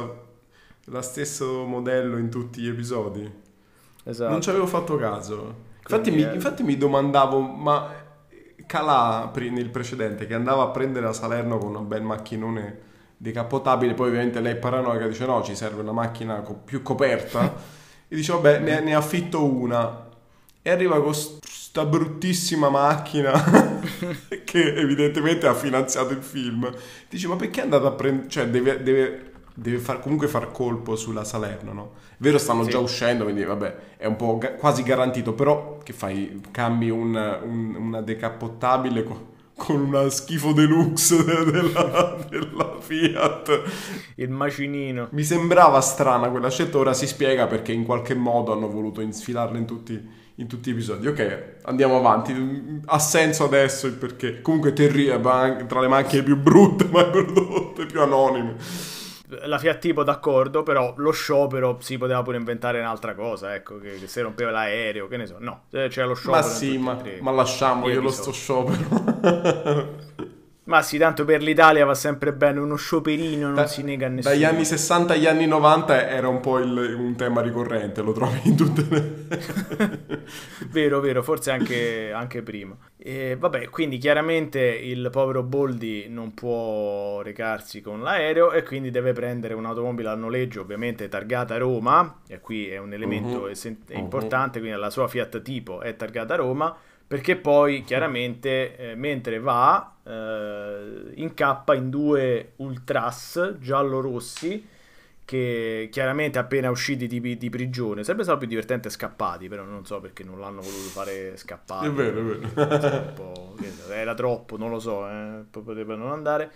stesso modello in tutti gli episodi. Esatto. Non ci avevo fatto caso. Infatti mi domandavo, ma Calà nel precedente che andava a prendere a Salerno con un bel macchinone decappottabile, poi ovviamente lei paranoica dice no, ci serve una macchina più coperta e dice vabbè ne affitto una e arriva con sta bruttissima macchina che evidentemente ha finanziato il film. Dice ma perché è andato a prendere, cioè deve comunque far colpo sulla Salerno, no? È vero, stanno già uscendo, quindi vabbè, è un po' quasi garantito, però che fai? Cambi una decappottabile con una schifo deluxe della Fiat. Il macinino. Mi sembrava strana quella scelta, ora si spiega perché in qualche modo hanno voluto infilarla in tutti gli episodi. Ok, andiamo avanti. Ha senso adesso il perché. Comunque Terry è tra le macchine più brutte mai prodotte, più anonime. La Fiat tipo d'accordo, però lo sciopero si poteva pure inventare un'altra cosa, ecco, che se rompeva l'aereo, che ne so, no, c'è lo sciopero. Ma sì, ma lasciamoglielo sto sciopero. Ma sì, tanto per l'Italia va sempre bene uno scioperino, non si nega a nessuno. Dagli anni 60 agli anni 90 era un po' un tema ricorrente, lo trovi in tutte le... Vero, forse anche prima. E vabbè, quindi chiaramente il povero Boldi non può recarsi con l'aereo e quindi deve prendere un'automobile a noleggio, ovviamente targata Roma, e qui è un elemento importante, quindi la sua Fiat tipo è targata Roma, perché poi chiaramente mentre va incappa in 2 ultras giallo-rossi che chiaramente appena usciti di prigione, sarebbe stato più divertente scappati, però non so perché non l'hanno voluto fare scappare. È vero. Era troppo, non lo so, poteva non andare.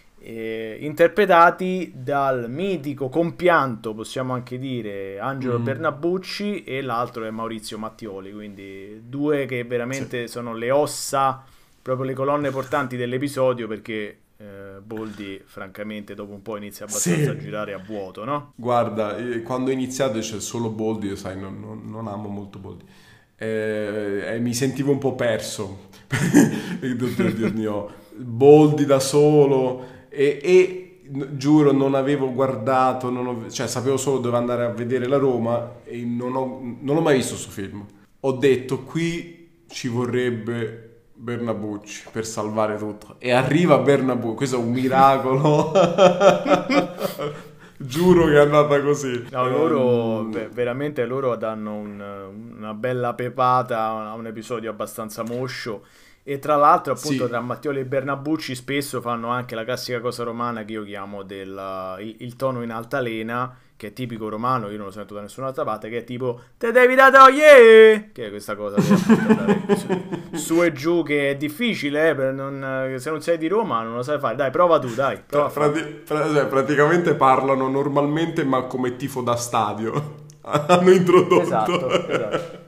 Interpretati dal mitico compianto, possiamo anche dire, Angelo Bernabucci, e l'altro è Maurizio Mattioli, quindi 2 che veramente sono le ossa, proprio le colonne portanti dell'episodio, perché Boldi francamente dopo un po' inizia abbastanza a girare a vuoto, no? Guarda, quando ho iniziato c'è solo Boldi, io sai, non amo molto Boldi, mi sentivo un po' perso. Dio mio, Boldi da solo e giuro non avevo guardato, cioè sapevo solo dove andare a vedere la Roma e non ho mai visto questo film. Ho detto qui ci vorrebbe Bernabucci per salvare tutto e arriva Bernabucci, questo è un miracolo. Giuro che è andata così. No, loro veramente loro danno una bella pepata a un episodio abbastanza moscio. E tra l'altro appunto tra Mattioli e Bernabucci spesso fanno anche la classica cosa romana che io chiamo il tono in altalena, che è tipico romano, io non lo sento da nessun'altra parte, che è tipo te devi da togliere, che è questa cosa su e giù, che è difficile, se non sei di Roma non lo sai fare, dai prova tu, dai praticamente parlano normalmente ma come tifo da stadio. Hanno introdotto esatto.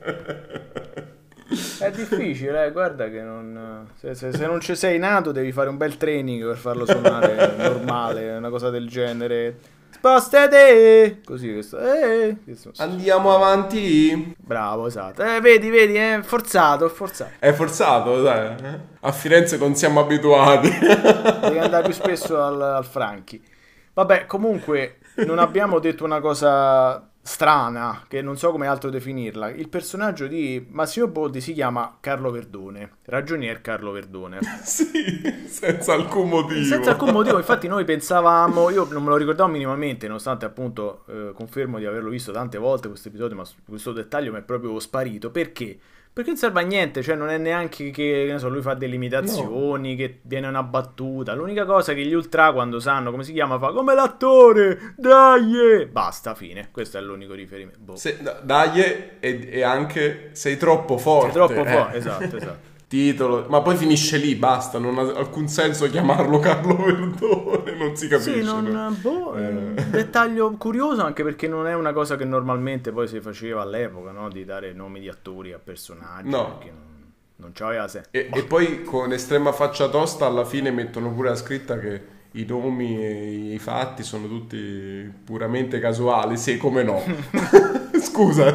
È difficile, guarda che se non ci sei nato devi fare un bel training per farlo suonare normale, una cosa del genere. Spostati! Così questo. Andiamo avanti. Bravo, esatto. Vedi, è forzato. È forzato, dai. A Firenze non siamo abituati. Devi andare più spesso al Franchi. Vabbè, comunque non abbiamo detto una cosa strana, che non so come altro definirla. Il personaggio di Massimo Boldi si chiama Carlo Verdone, ragionier Carlo Verdone. Sì, senza alcun motivo. Senza alcun motivo, infatti noi pensavamo, io non me lo ricordavo minimamente, nonostante appunto confermo di averlo visto tante volte questo episodio, ma questo dettaglio mi è proprio sparito. Perché? Perché non serve a niente, cioè non è neanche che ne so, lui fa delle imitazioni, che viene una battuta. L'unica cosa che gli ultra, quando sanno come si chiama, fa come l'attore, dai! Basta, fine. Questo è l'unico riferimento. Boh. Dai, e anche sei troppo forte. Sei troppo forte, esatto. Titolo, ma poi finisce lì, basta, non ha alcun senso chiamarlo Carlo Verdone, non si capisce. Sì, no? un dettaglio curioso, anche perché non è una cosa che normalmente poi si faceva all'epoca, no? Di dare nomi di attori a personaggi, no. Perché non c'aveva senso. E poi con estrema faccia tosta alla fine mettono pure la scritta che i nomi e i fatti sono tutti puramente casuali, sì, come no. Scusa,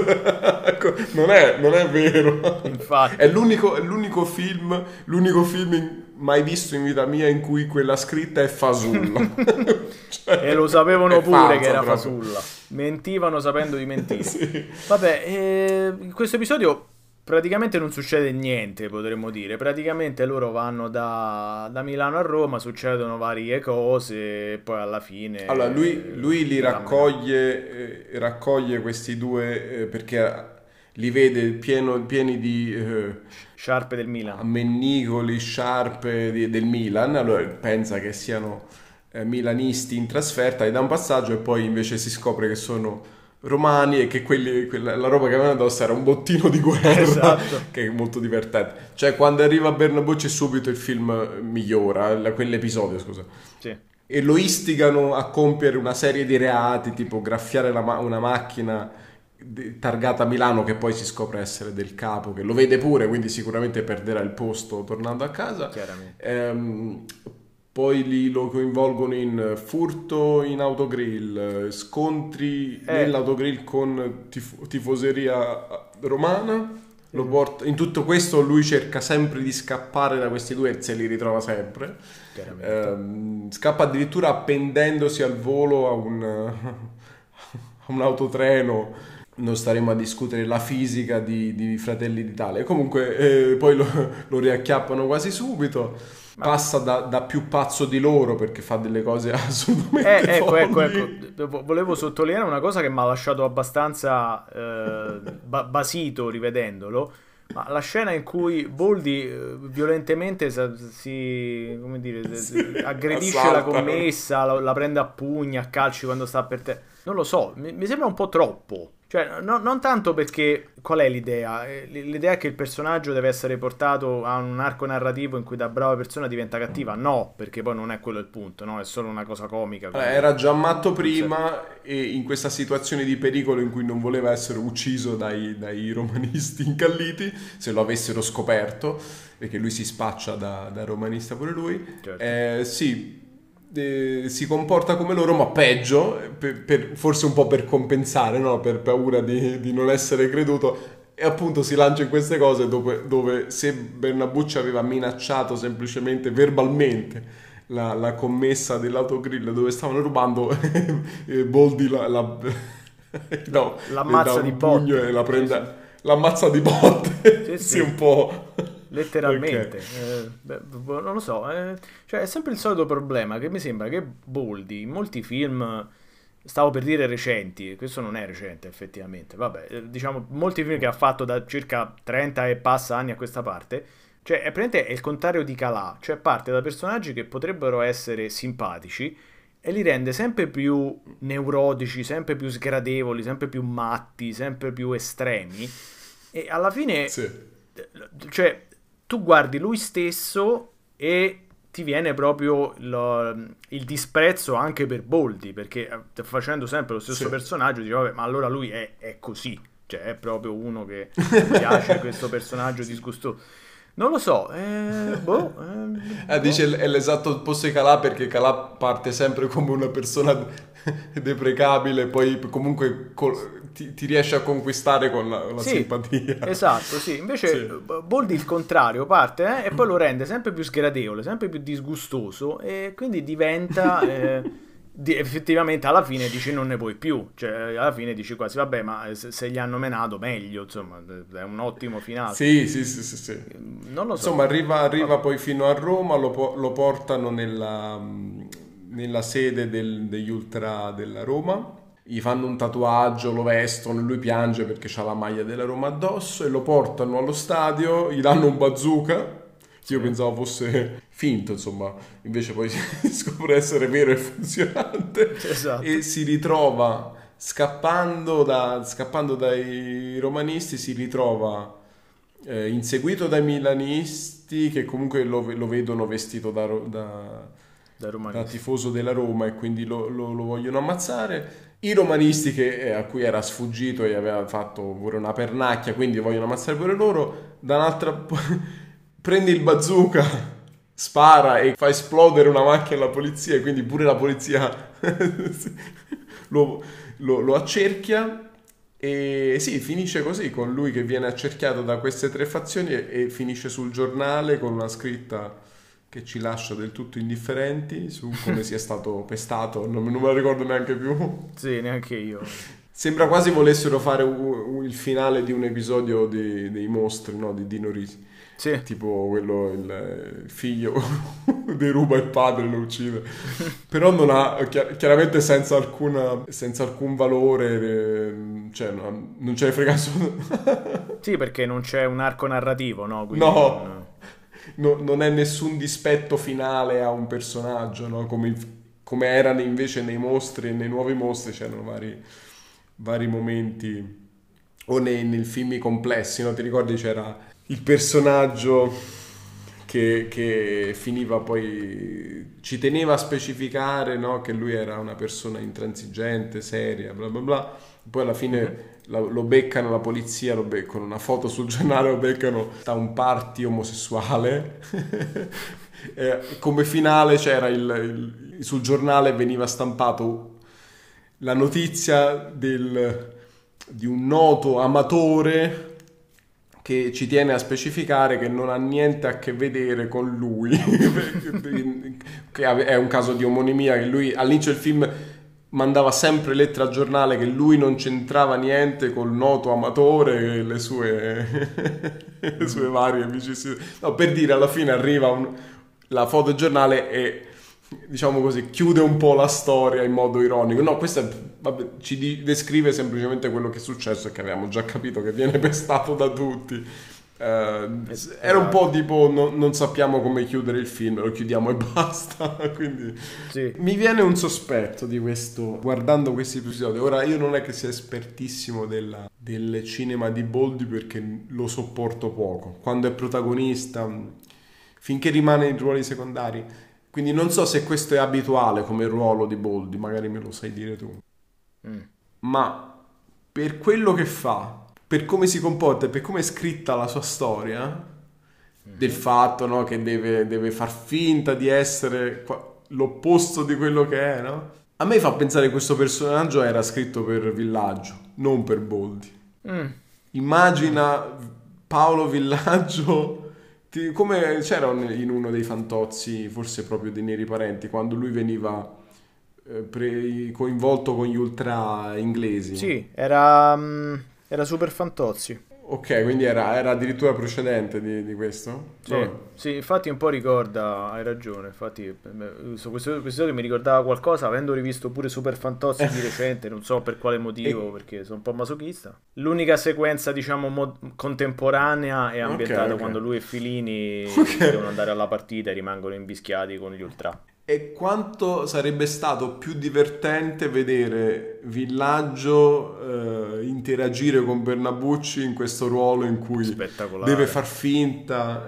non è vero. Infatti. È l'unico film mai visto in vita mia in cui quella scritta è fasulla. E lo sapevano pure che era proprio. fasulla. Mentivano sapendo di mentire. Sì. Vabbè, in questo episodio praticamente non succede niente, potremmo dire. Praticamente loro vanno da Milano a Roma, succedono varie cose e poi alla fine... Allora, lui li raccoglie questi due perché li vede pieni di sciarpe del Milan. ammennicoli, sciarpe del Milan. Allora pensa che siano milanisti in trasferta, gli dà un passaggio e poi invece si scopre che sono romani e che la roba che avevano addosso era un bottino di guerra. Esatto. Che è molto divertente. Cioè quando arriva Bernabucci subito il film migliora, quell'episodio scusa. Sì. E lo istigano a compiere una serie di reati, tipo graffiare una macchina targata Milano, che poi si scopre essere del capo, che lo vede pure, quindi sicuramente perderà il posto tornando a casa. Chiaramente. Poi lo coinvolgono in furto in autogrill, scontri nell'autogrill con tifoseria romana. In tutto questo lui cerca sempre di scappare da questi due e se li ritrova sempre. Scappa addirittura appendendosi al volo a un autotreno. Non staremo a discutere la fisica di Fratelli d'Italia. Comunque poi lo riacchiappano quasi subito. Passa da più pazzo di loro perché fa delle cose assolutamente folli. Volevo sottolineare una cosa che mi ha lasciato abbastanza basito rivedendolo. Ma la scena in cui Boldi violentemente come dire, aggredisce la commessa, la prende a pugni, a calci quando sta per te. Non lo so, mi sembra un po' troppo. Cioè, non tanto perché... Qual è l'idea? L'idea è che il personaggio deve essere portato a un arco narrativo in cui da brava persona diventa cattiva? No, perché poi non è quello il punto, no? È solo una cosa comica. Era già matto prima e in questa situazione di pericolo in cui non voleva essere ucciso dai romanisti incalliti, se lo avessero scoperto, perché lui si spaccia da romanista pure lui. Certo. Sì, si comporta come loro, ma peggio, forse un po' per compensare, no? Per paura di non essere creduto, e appunto si lancia in queste cose dove se Bernabucci aveva minacciato semplicemente verbalmente la commessa dell'autogrill dove stavano rubando, Boldi l'ammazza di botte e la prende, l'ammazza di botte. Sì. Un po'... Letteralmente. Okay. Non lo so, cioè è sempre il solito problema che mi sembra che Boldi in molti film, stavo per dire recenti, questo non è recente effettivamente, vabbè, diciamo molti film che ha fatto da circa 30 e passa anni a questa parte, cioè è il contrario di Calà, cioè parte da personaggi che potrebbero essere simpatici e li rende sempre più neurotici, sempre più sgradevoli, sempre più matti, sempre più estremi, e alla fine cioè tu guardi lui stesso e ti viene proprio il disprezzo anche per Boldi, perché facendo sempre lo stesso personaggio dici vabbè, ma allora lui è così, cioè è proprio uno che piace questo personaggio disgustoso. Non lo so, dice è l'esatto opposto di Calà, perché Calà parte sempre come una persona deprecabile, poi comunque ti riesce a conquistare con la simpatia. Esatto, sì. Invece Boldi il contrario, parte e poi lo rende sempre più sgradevole, sempre più disgustoso, e quindi diventa effettivamente alla fine dici non ne puoi più, cioè alla fine dici quasi vabbè, ma se gli hanno menato meglio, insomma, è un ottimo finale. Sì, sì, sì, sì, sì. Non lo so. Insomma, arriva poi fino a Roma, lo portano nella sede degli Ultra della Roma, gli fanno un tatuaggio, lo vestono, lui piange perché ha la maglia della Roma addosso e lo portano allo stadio, gli danno un bazooka. Io pensavo fosse finto, insomma, invece poi si scopre essere vero e funzionante. Esatto. E si ritrova scappando dai romanisti, si ritrova inseguito dai milanisti che comunque lo vedono vestito da tifoso della Roma e quindi lo vogliono ammazzare. I romanisti a cui era sfuggito e aveva fatto pure una pernacchia, quindi vogliono ammazzare pure loro. Dall'altra prende il bazooka, spara e fa esplodere una macchina alla polizia, e quindi pure la polizia lo accerchia. E sì, finisce così, con lui che viene accerchiato da queste tre fazioni e finisce sul giornale con una scritta che ci lascia del tutto indifferenti su come sia stato pestato, non me la ricordo neanche più. Sì, neanche io. Sembra quasi volessero fare il finale di un episodio dei mostri, no? Di Dino Risi. Sì. Tipo quello, il figlio deruba il padre e lo uccide. Però non ha, chiaramente senza alcun valore, cioè non ce ne frega nessuno. Sì, perché non c'è un arco narrativo, no? Quindi non è nessun dispetto finale a un personaggio, no? Come erano invece nei mostri e nei nuovi mostri c'erano vari momenti, o nei film complessi, no? Ti ricordi c'era il personaggio che finiva poi, ci teneva a specificare, no? Che lui era una persona intransigente, seria, bla bla bla, poi alla fine lo beccano la polizia, lo beccano una foto sul giornale, lo beccano da un party omosessuale. Come finale c'era sul giornale veniva stampato la notizia di un noto amatore che ci tiene a specificare che non ha niente a che vedere con lui, che è un caso di omonimia, che lui all'inizio del film mandava sempre lettere al giornale che lui non c'entrava niente col noto amatore e le sue varie amicizie. No, per dire, alla fine arriva la fotogiornale e, diciamo così, chiude un po' la storia in modo ironico. No, questo ci descrive semplicemente quello che è successo e che avevamo già capito che viene pestato da tutti. Era un po' tipo non sappiamo come chiudere il film, lo chiudiamo e basta. Quindi sì. Mi viene un sospetto di questo guardando questi episodi. Ora io non è che sia espertissimo del cinema di Boldi, perché lo sopporto poco quando è protagonista, finché rimane in ruoli secondari. Quindi non so se questo è abituale come ruolo di Boldi, magari me lo sai dire tu. Ma per quello che fa, per come si comporta e per come è scritta la sua storia, del fatto, no, che deve far finta di essere l'opposto di quello che è, no? A me fa pensare che questo personaggio era scritto per Villaggio, non per Boldi. Immagina Paolo Villaggio, come c'era in uno dei Fantozzi, forse proprio dei Neri Parenti, quando lui veniva coinvolto con gli ultra inglesi. Sì, era Super Fantozzi. Ok, quindi era addirittura precedente di questo? Sì, sì, infatti un po' ricorda, hai ragione, infatti su questo episodio mi ricordava qualcosa, avendo rivisto pure Super Fantozzi di recente, non so per quale motivo, perché sono un po' masochista. L'unica sequenza, diciamo, contemporanea è ambientata quando lui e Filini devono andare alla partita e rimangono invischiati con gli ultra. E quanto sarebbe stato più divertente vedere Villaggio interagire con Bernabucci in questo ruolo in cui deve far finta,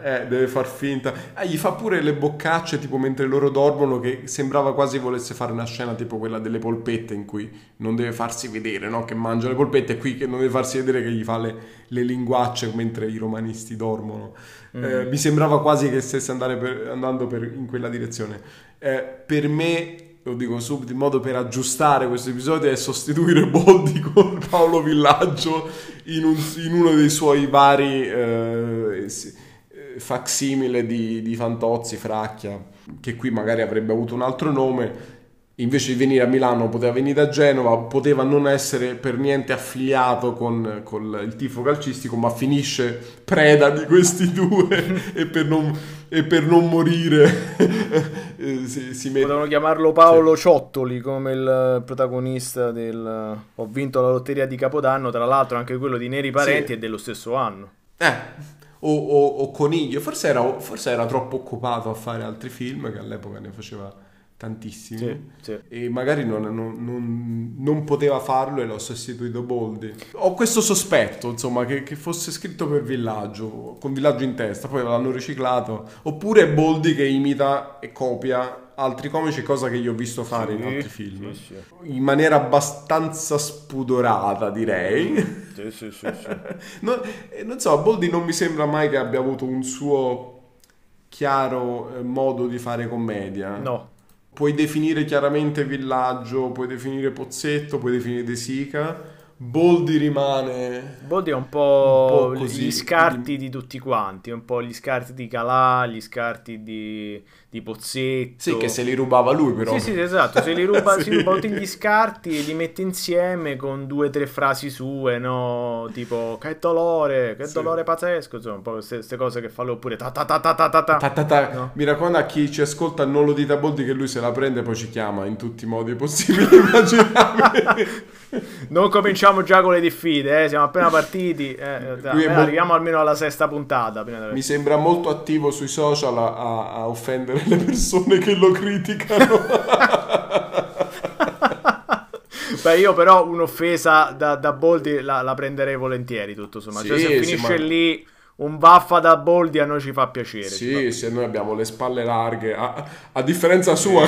gli fa pure le boccacce tipo mentre loro dormono, che sembrava quasi volesse fare una scena tipo quella delle polpette in cui non deve farsi vedere, no? Che mangia le polpette, e qui che non deve farsi vedere che gli fa le linguacce mentre i romanisti dormono. Mi sembrava quasi che stesse andando in quella direzione. Per me, lo dico subito, il modo per aggiustare questo episodio è sostituire Boldi con Paolo Villaggio in uno dei suoi vari facsimile di Fantozzi, Fracchia, che qui magari avrebbe avuto un altro nome, invece di venire a Milano poteva venire a Genova, poteva non essere per niente affiliato con il tifo calcistico, ma finisce preda di questi due e per non morire si mette... Potevano chiamarlo Paolo Ciottoli come il protagonista del Ho vinto la lotteria di Capodanno, tra l'altro anche quello di Neri Parenti è dello stesso anno. O Coniglio, forse era troppo occupato a fare altri film, che all'epoca ne faceva tantissimi, Sì. e magari non poteva farlo e l'ho sostituito Boldi. Ho questo sospetto, insomma, che fosse scritto per Villaggio, con Villaggio in testa, poi l'hanno riciclato, oppure Boldi che imita e copia altri comici, cosa che io ho visto fare in altri film, sì. in maniera abbastanza spudorata, direi. Sì. Non so, Boldi non mi sembra mai che abbia avuto un suo chiaro modo di fare commedia. No. Puoi definire chiaramente Villaggio, puoi definire Pozzetto, puoi definire De Sica. Boldi rimane Boldi è un po' così, gli scarti di tutti quanti, un po' gli scarti di Calà, gli scarti di Pozzetto. Sì, che se li rubava lui, però. Sì, esatto, se li ruba, Sì. si ruba tutti gli scarti e li mette insieme con 2 o 3 frasi sue, no? Tipo, che dolore pazzesco, insomma, un po' queste cose che fa lui, oppure ta ta ta ta ta ta ta. Ta ta ta. No? Mi raccomando a chi ci ascolta, non lo dite a Boldi che lui se la prende e poi ci chiama in tutti i modi possibili e immaginabili. Non cominciamo già con le diffide, siamo appena partiti, arriviamo almeno alla 6ª puntata. Mi sembra molto attivo sui social a offendere le persone che lo criticano. Beh, io però un'offesa da Boldi la prenderei volentieri, tutto insomma. Sì, cioè, se finisce ma... lì un vaffa da Boldi a noi ci fa piacere. Sì, se noi abbiamo le spalle larghe, a differenza sua,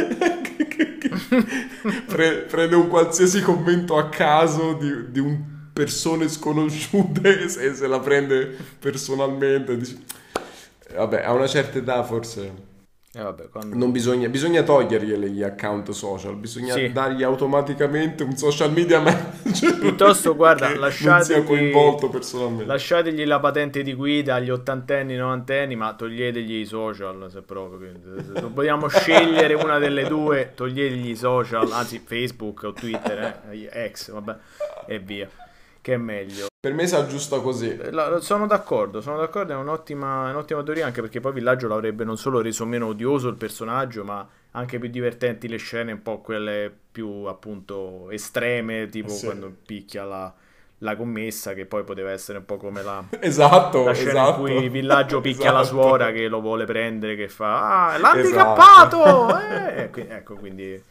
prende un qualsiasi commento a caso di un persone sconosciute e se la prende personalmente. Vabbè, a una certa età forse... Vabbè, non bisogna togliergli gli account social, bisogna dargli automaticamente un social media manager. Piuttosto, guarda, non sia coinvolto personalmente. Lasciategli la patente di guida agli 80enni, 90enni, ma toglietegli i social se proprio. Se vogliamo scegliere una delle due, toglietegli i social, anzi Facebook o Twitter, X, vabbè, e via. Che è meglio. Per me si aggiusta così. Sono d'accordo, è un'ottima teoria, anche perché poi Villaggio l'avrebbe non solo reso meno odioso il personaggio, ma anche più divertenti le scene, un po' quelle più appunto estreme, tipo quando picchia la commessa, che poi poteva essere un po' come la scena in cui Villaggio picchia la suora che lo vuole prendere, che fa l'handicappato! Ecco, quindi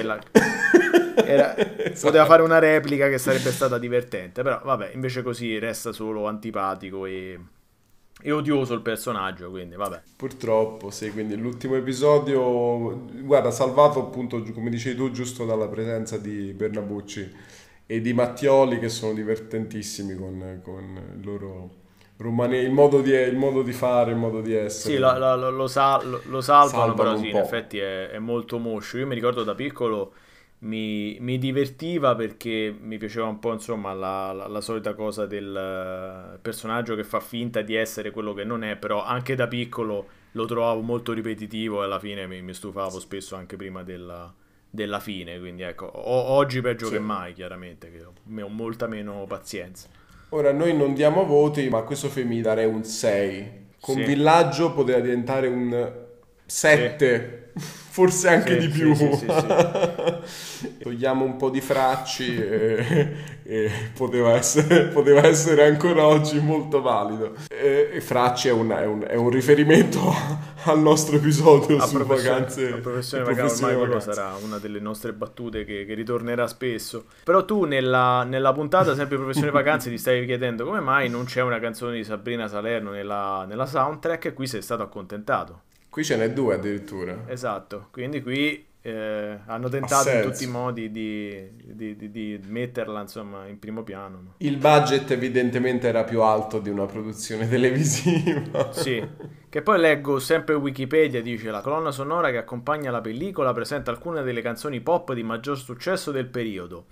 poteva fare una replica che sarebbe stata divertente, però vabbè, invece così resta solo antipatico e odioso il personaggio, quindi vabbè. Purtroppo sì, quindi l'ultimo episodio, guarda, salvato appunto, come dicevi tu, giusto dalla presenza di Bernabucci e di Mattioli, che sono divertentissimi con il loro il modo di fare, il modo di essere. Sì, lo salvano, però sì, in effetti è molto moscio. Io mi ricordo da piccolo mi divertiva perché mi piaceva un po', insomma, la solita cosa del personaggio che fa finta di essere quello che non è, però anche da piccolo lo trovavo molto ripetitivo e alla fine mi stufavo spesso anche prima della fine, quindi ecco, oggi peggio che mai, chiaramente, che ho molta meno pazienza. Ora, noi non diamo voti, ma a questo film gli darei un 6. Con Villaggio poteva diventare un 7, forse anche di più. Sì. Togliamo un po' di Fracci e poteva essere ancora oggi molto valido. E Fracci è un riferimento al nostro episodio su vacanze. La professione vacanze, ormai quello sarà una delle nostre battute che ritornerà spesso. Però tu nella puntata sempre professione vacanze ti stavi chiedendo come mai non c'è una canzone di Sabrina Salerno nella soundtrack, e qui sei stato accontentato. Qui ce n'è 2 addirittura. Esatto, quindi qui hanno tentato in tutti i modi di metterla, insomma, in primo piano. Il budget evidentemente era più alto di una produzione televisiva. Sì, che poi leggo sempre Wikipedia, dice: la colonna sonora che accompagna la pellicola presenta alcune delle canzoni pop di maggior successo del periodo.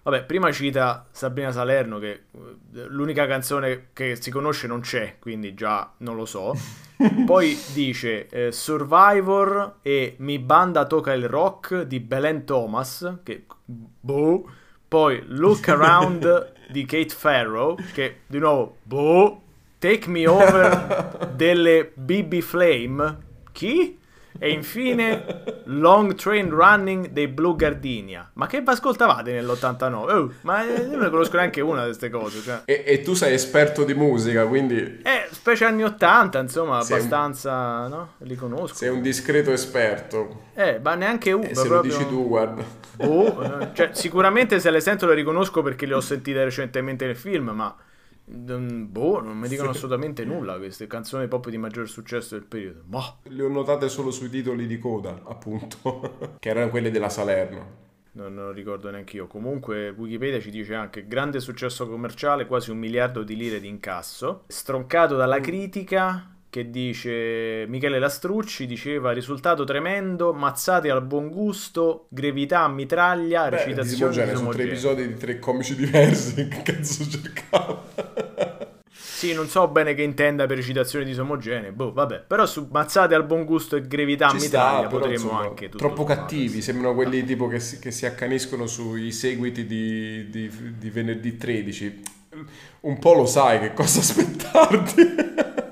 Vabbè, prima cita Sabrina Salerno, che l'unica canzone che si conosce non c'è, quindi già non lo so. Poi dice Survivor e Mi banda toca il rock di Belen Thomas, che boh. Poi Look Around di Kate Farrow, che di nuovo boh. Take Me Over delle BB Flame, chi? E infine Long Train Running dei Blue Gardenia. Ma che ascoltavate nell'89? Ma io non ne conosco neanche una di queste cose, cioè. E tu sei esperto di musica, quindi... specie anni 80, insomma, abbastanza, no? Li conosco. Sei un discreto esperto. Ma neanche uno. Se proprio... lo dici tu, guarda. Cioè, sicuramente se le sento le riconosco perché le ho sentite recentemente nel film, ma... non mi dicono assolutamente nulla queste canzoni pop di maggior successo del periodo. Le ho notate solo sui titoli di coda, appunto, che erano quelli della Salerno. Non lo ricordo neanche io. Comunque Wikipedia ci dice anche grande successo commerciale, quasi 1 miliardo di lire di incasso, stroncato dalla critica, che dice Michele Lastrucci diceva risultato tremendo, mazzate al buon gusto, grevità a mitraglia, recitazioni disomogenee. Sono 3 episodi di 3 comici diversi. Che cazzo cercavo? Sì, non so bene che intenda per recitazioni disomogenee, vabbè. Però su mazzate al buon gusto e grevità a mitraglia potremmo insomma, anche tutto troppo cattivi, sembrano quelli tipo che si accaniscono sui seguiti di venerdì 13. Un po' lo sai che cosa aspettarti.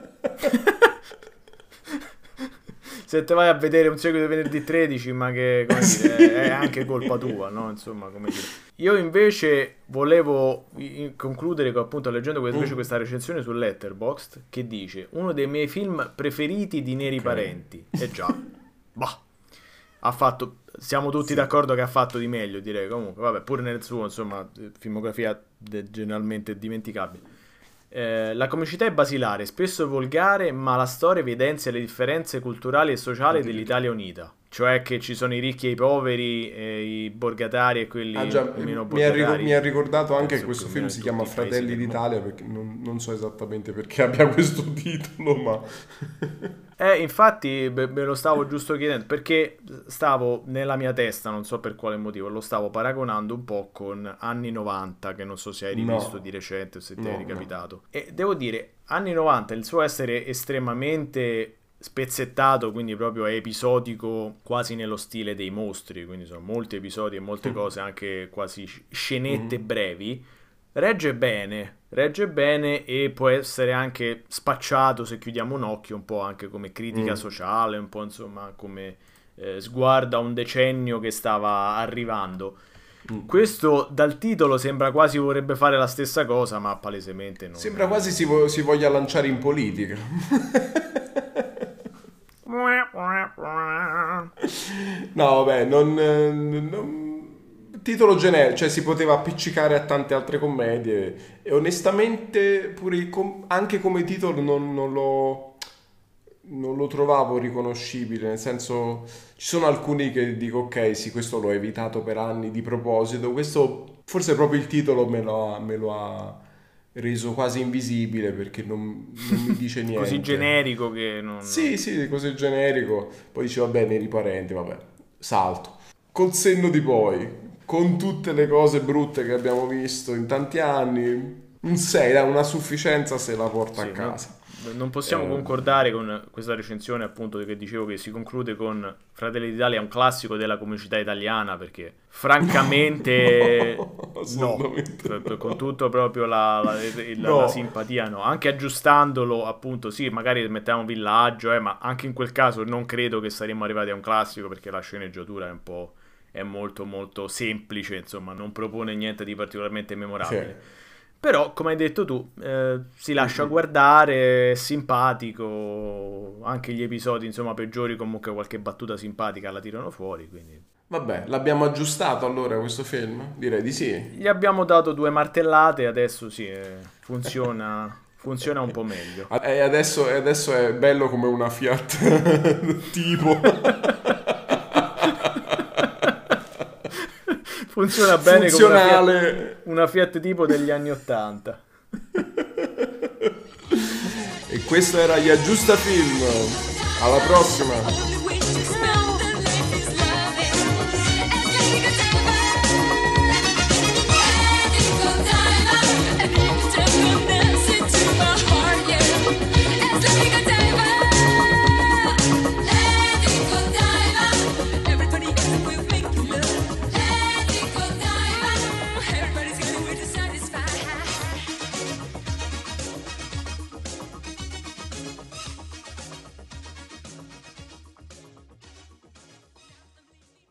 Se te vai a vedere un seguito di venerdì 13, ma che come dire, è anche colpa tua, no? Insomma, come dire. Io invece volevo concludere appunto leggendo invece questa recensione su Letterboxd che dice uno dei miei film preferiti di Neri Parenti. Già, ha fatto, siamo tutti d'accordo che ha fatto di meglio, direi. Comunque, vabbè, pure nel suo, insomma, filmografia generalmente dimenticabile. La comicità è basilare, spesso volgare, ma la storia evidenzia le differenze culturali e sociali dell'Italia unita. Cioè che ci sono i ricchi e i poveri, i borgatari e quelli meno borgatari. Mi ha ricordato anche che questo film si chiama Fratelli d'Italia, perché non so esattamente perché abbia questo titolo, ma... infatti me lo stavo giusto chiedendo, perché stavo nella mia testa, non so per quale motivo, lo stavo paragonando un po' con Anni 90, che non so se hai rivisto di recente o se ti è ricapitato. E devo dire, Anni 90, il suo essere estremamente... spezzettato, quindi proprio è episodico quasi nello stile dei mostri, quindi sono molti episodi e molte cose anche quasi scenette brevi, regge bene e può essere anche spacciato, se chiudiamo un occhio, un po' anche come critica sociale, un po' insomma come sguardo a un decennio che stava arrivando. Questo dal titolo sembra quasi vorrebbe fare la stessa cosa, ma palesemente non sembra quasi si voglia lanciare in politica. No, vabbè, titolo generico, cioè si poteva appiccicare a tante altre commedie e onestamente pure anche come titolo non lo trovavo riconoscibile, nel senso ci sono alcuni che dico ok, sì, questo l'ho evitato per anni di proposito, questo forse proprio il titolo me lo ha reso quasi invisibile perché non mi dice niente. Così generico che non... Sì, così generico. Poi dice vabbè, Neri Parenti, vabbè, salto. Col senno di poi, con tutte le cose brutte che abbiamo visto in tanti anni, un 6, una sufficienza se la porta a casa. Non possiamo concordare con questa recensione, appunto, che dicevo che si conclude con Fratelli d'Italia è un classico della comicità italiana, perché francamente no, con tutto proprio la simpatia no, anche aggiustandolo appunto, sì, magari mettiamo Villaggio, ma anche in quel caso non credo che saremmo arrivati a un classico, perché la sceneggiatura è molto molto semplice, insomma, non propone niente di particolarmente memorabile. Sì. Però, come hai detto tu, si lascia guardare, è simpatico, anche gli episodi, insomma, peggiori, comunque qualche battuta simpatica la tirano fuori, quindi... Vabbè, l'abbiamo aggiustato allora questo film? Direi di sì. Gli abbiamo dato 2 martellate, adesso sì, funziona un po' meglio. E adesso è bello come una Fiat tipo... Funziona bene come una Fiat tipo degli anni 80. E questo era Gli Aggiusta Film. Alla prossima.